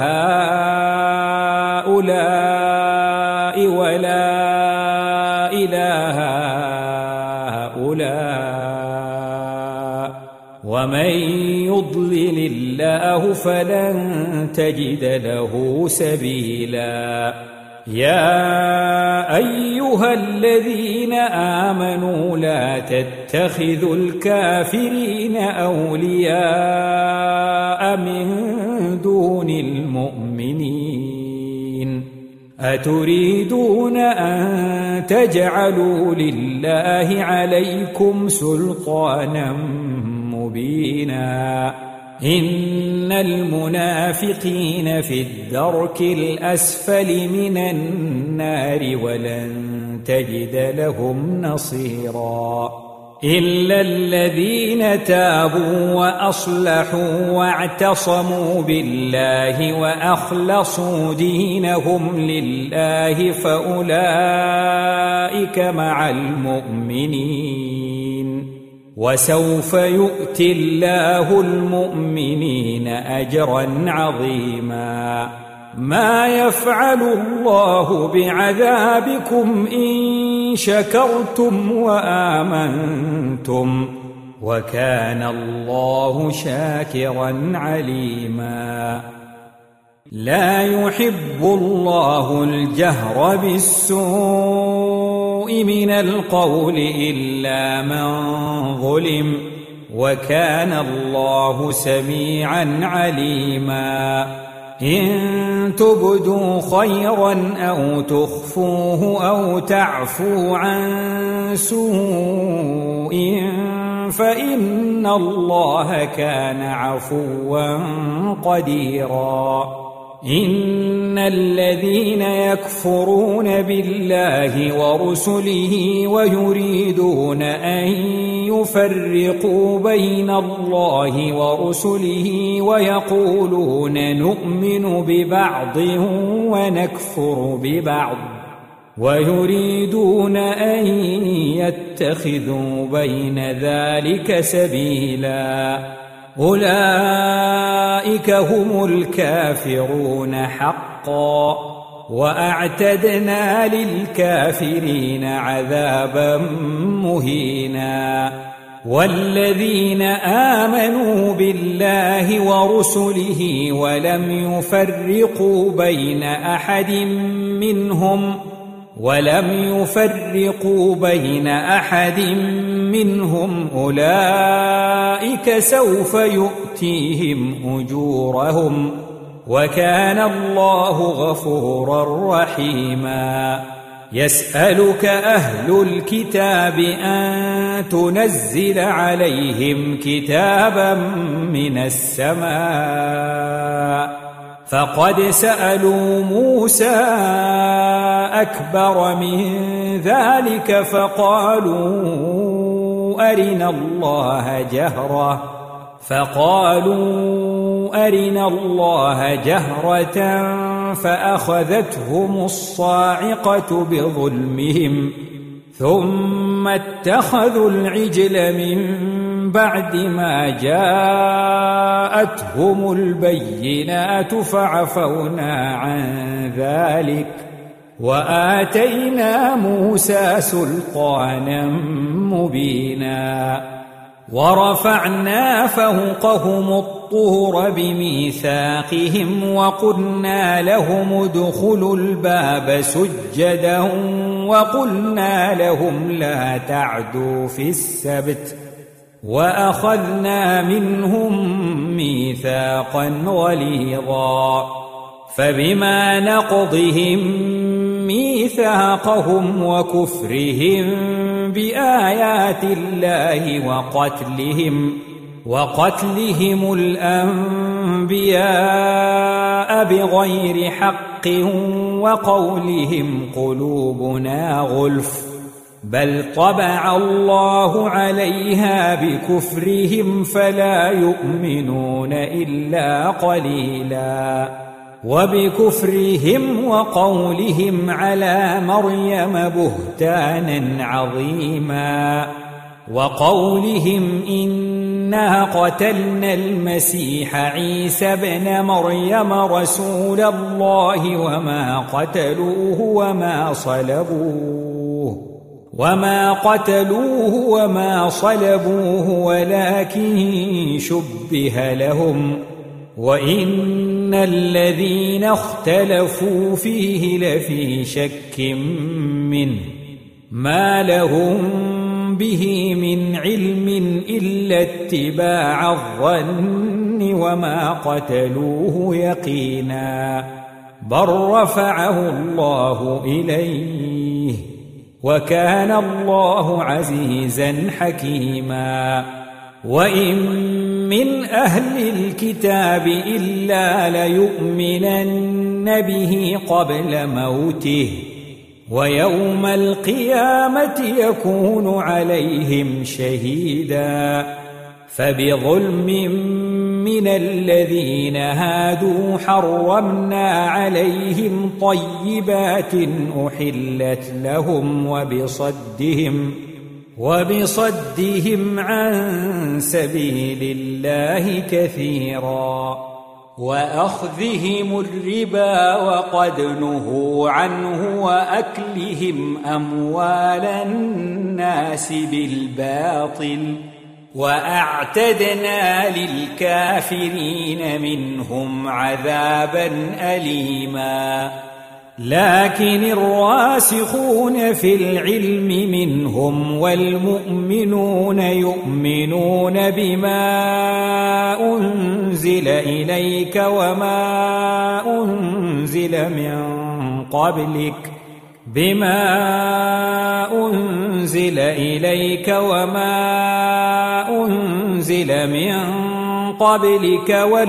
هؤلاء ولا إله هؤلاء ومن يضلل الله فلن تجد له سبيلا يا أيها الذين آمنوا لا تتخذوا الكافرين أولياء من دون المؤمنين أتريدون أن تجعلوا لله عليكم سلطانا مبينا إن المنافقين في الدرك الأسفل من النار ولن تجد لهم نصيرا إلا الذين تابوا وأصلحوا واعتصموا بالله وأخلصوا دينهم لله فأولئك مع المؤمنين وسوف يؤتي الله المؤمنين أجرا عظيما ما يفعل الله بعذابكم إن شكرتم وآمنتم وكان الله شاكرا عليما لا يحب الله الجهر بالسوء من القول إلا من ظلم وكان الله سميعا عليما إن تبدوا خيرا أو تخفوه أو تعفوا عن سوء فإن الله كان عفوا قديرا إن الذين يكفرون بالله ورسله ويريدون أن يفرقوا بين الله ورسله ويقولون نؤمن ببعض ونكفر ببعض ويريدون أن يتخذوا بين ذلك سبيلا أولئك هم الكافرون حقا وأعتدنا للكافرين عذابا مهينا والذين آمنوا بالله ورسله ولم يفرقوا بين أحد منهم أولئك سوف يؤتيهم أجورهم وكان الله غفورا رحيما يسألك أهل الكتاب أن تنزل عليهم كتابا من السماء فقد سألوا موسى أكبر من ذلك فقالوا أرنا الله جهرة فأخذتهم الصاعقة بظلمهم ثم اتخذوا العجل من بعد ما جاءتهم البينات فعفونا عن ذلك وآتينا موسى سلطانا مبينا ورفعنا فوقهم الطور بميثاقهم وقلنا لهم ادخلوا الباب سجدا وقلنا لهم لا تعدوا في السبت وأخذنا منهم ميثاقا غليظا فبما نقضهم ميثاقهم وكفرهم بآيات الله وقتلهم الأنبياء بغير حق وقولهم قلوبنا غلف بل طبع الله عليها بكفرهم فلا يؤمنون إلا قليلا وبكفرهم وقولهم على مريم بهتانا عظيما وقولهم إنا قتلنا المسيح عيسى ابن مريم رسول الله وما قتلوه وما صلبوه ولكن شبه لهم وإن الذين اختلفوا فيه لفي شك منه ما لهم به من علم إلا اتباع الظن وما قتلوه يقينا بل رفعه الله إليه وكان الله عزيزا حكيما وإن من أهل الكتاب إلا ليؤمنن به قبل موته ويوم القيامة يكون عليهم شهيدا فبظلم من الذين هادوا حرمنا عليهم طيبات أحلت لهم وبصدهم عن سبيل الله كثيرا وأخذهم الربا وقد نهوا عنه وأكلهم أموال الناس بالباطل وأعتدنا للكافرين منهم عذابا أليما لكن الراسخون في العلم منهم والمؤمنون يؤمنون بما أنزل إليك وما أنزل من قبلك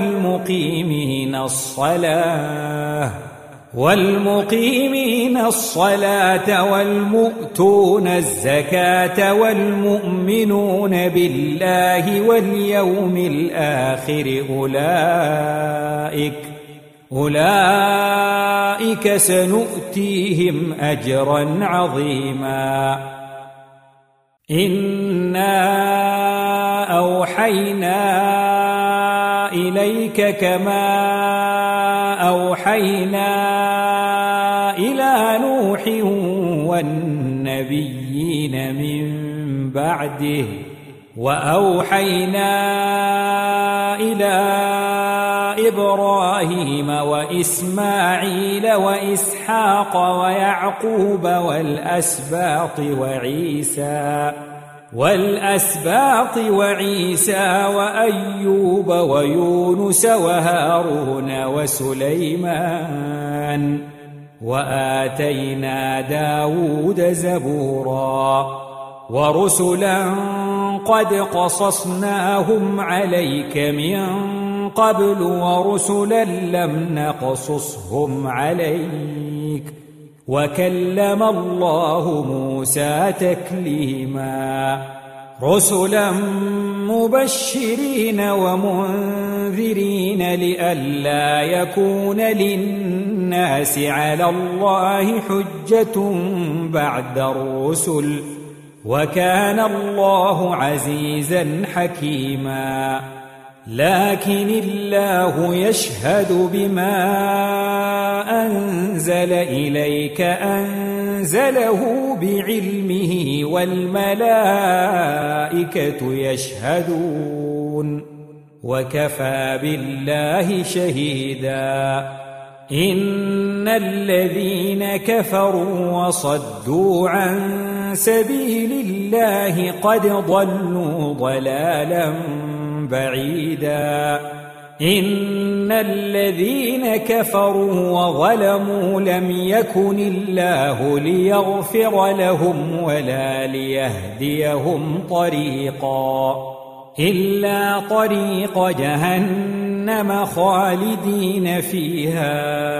والمقيمين الصلاة والمؤتون الزكاة والمؤمنون بالله واليوم الآخر أولئك سنؤتيهم أجرا عظيما إنا أوحينا إليك كما أوحينا إلى نوح والنبيين من بعده وأوحينا إلى إبراهيم وإسماعيل وإسحاق ويعقوب والأسباط وعيسى وأيوب ويونس وهارون وسليمان وآتينا داود زبورا ورسلا قد قصصناهم عليك من قبل ورسلا لم نقصصهم عليك وكلم الله موسى تكليما رسلا مبشرين ومنذرين لئلا يكون للناس على الله حجة بعد الرسل وكان الله عزيزا حكيما لكن الله يشهد بما أنزل إليك أنزله بعلمه والملائكة يشهدون وكفى بالله شهيدا إن الذين كفروا وصدوا عن سبيل الله قد ضلوا ضلالا بعيدا إن الذين كفروا وظلموا لم يكن الله ليغفر لهم ولا ليهديهم طريقا إلا طريق جهنم خالدين فيها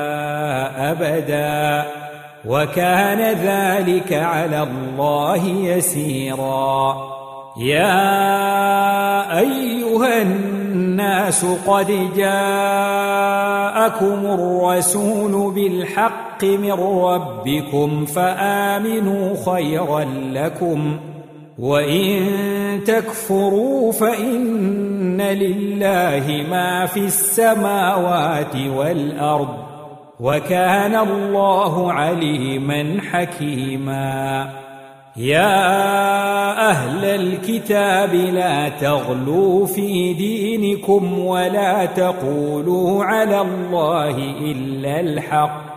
أبدا وكان ذلك على الله يسيرا يا أيها الناس قد جاءكم الرسول بالحق من ربكم فآمنوا خيرا لكم وإن تكفروا فإن لله ما في السماوات والأرض وكان الله عليما حكيما يا أهل الكتاب لا تغلوا في دينكم ولا تقولوا على الله إلا الحق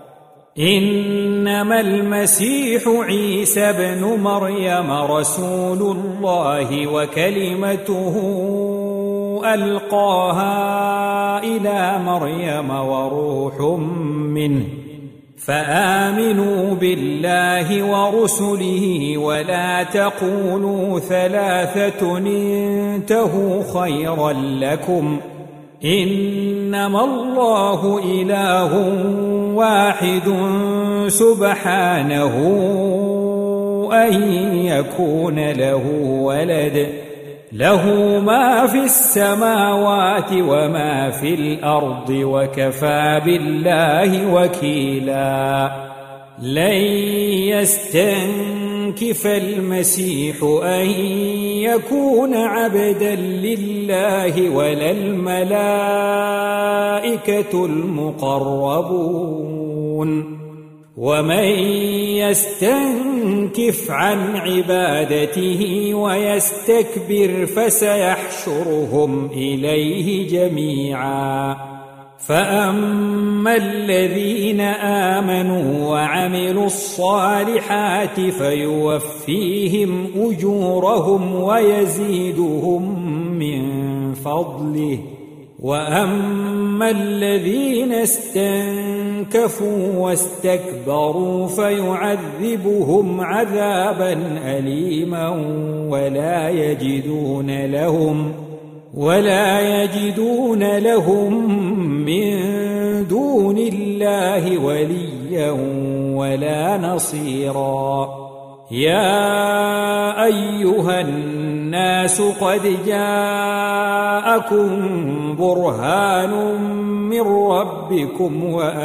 إنما المسيح عيسى ابن مريم رسول الله وكلمته ألقاها إلى مريم وروح منه فآمنوا بالله ورسله ولا تقولوا ثلاثة انتهوا خيرا لكم إنما الله إله واحد سبحانه أن يكون له ولد له ما في السماوات وما في الأرض وكفى بالله وكيلا لن يستنكف المسيح أن يكون عبدا لله ولا الملائكة المقربون ومن يستنكف عن عبادته ويستكبر فسيحشرهم إليه جميعا فأما الذين آمنوا وعملوا الصالحات فيوفيهم أجورهم ويزيدهم من فضله وأما الذين استنكفوا واستكبروا فيعذبهم عذابا أليما ولا يجدون لهم من دون الله وليا ولا نصيرا يا أيها الناس قد جاءكم برهان من ربكم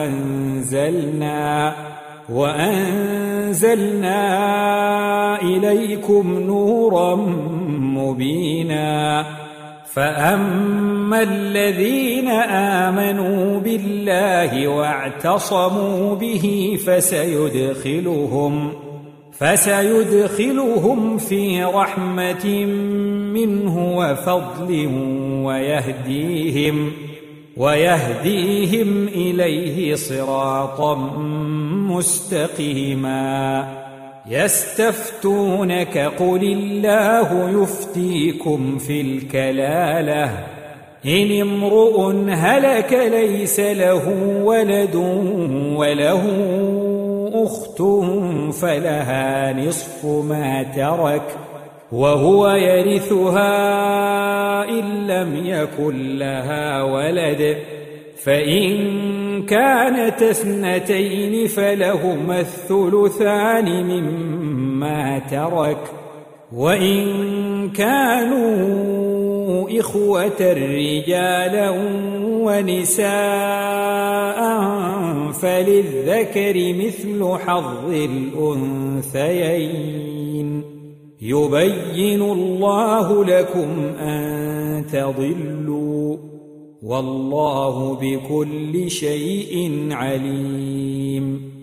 وأنزلنا إليكم نورا مبينا فأما الذين آمنوا بالله واعتصموا به فسيدخلهم في رحمة منه وفضل ويهديهم إليه صراطا مستقيما يستفتونك قل الله يفتيكم في الكلالة إن امرؤ هلك ليس له ولد وله أخت فلها نصف ما ترك وهو يرثها إن لم يكن لها ولد فإن كانت اثنتين فلهما الثلثان مما ترك وإن كانوا إخوة رجالا ونساء فللذكر مثل حظ الأنثيين يبين الله لكم أن تضلوا والله بكل شيء عليم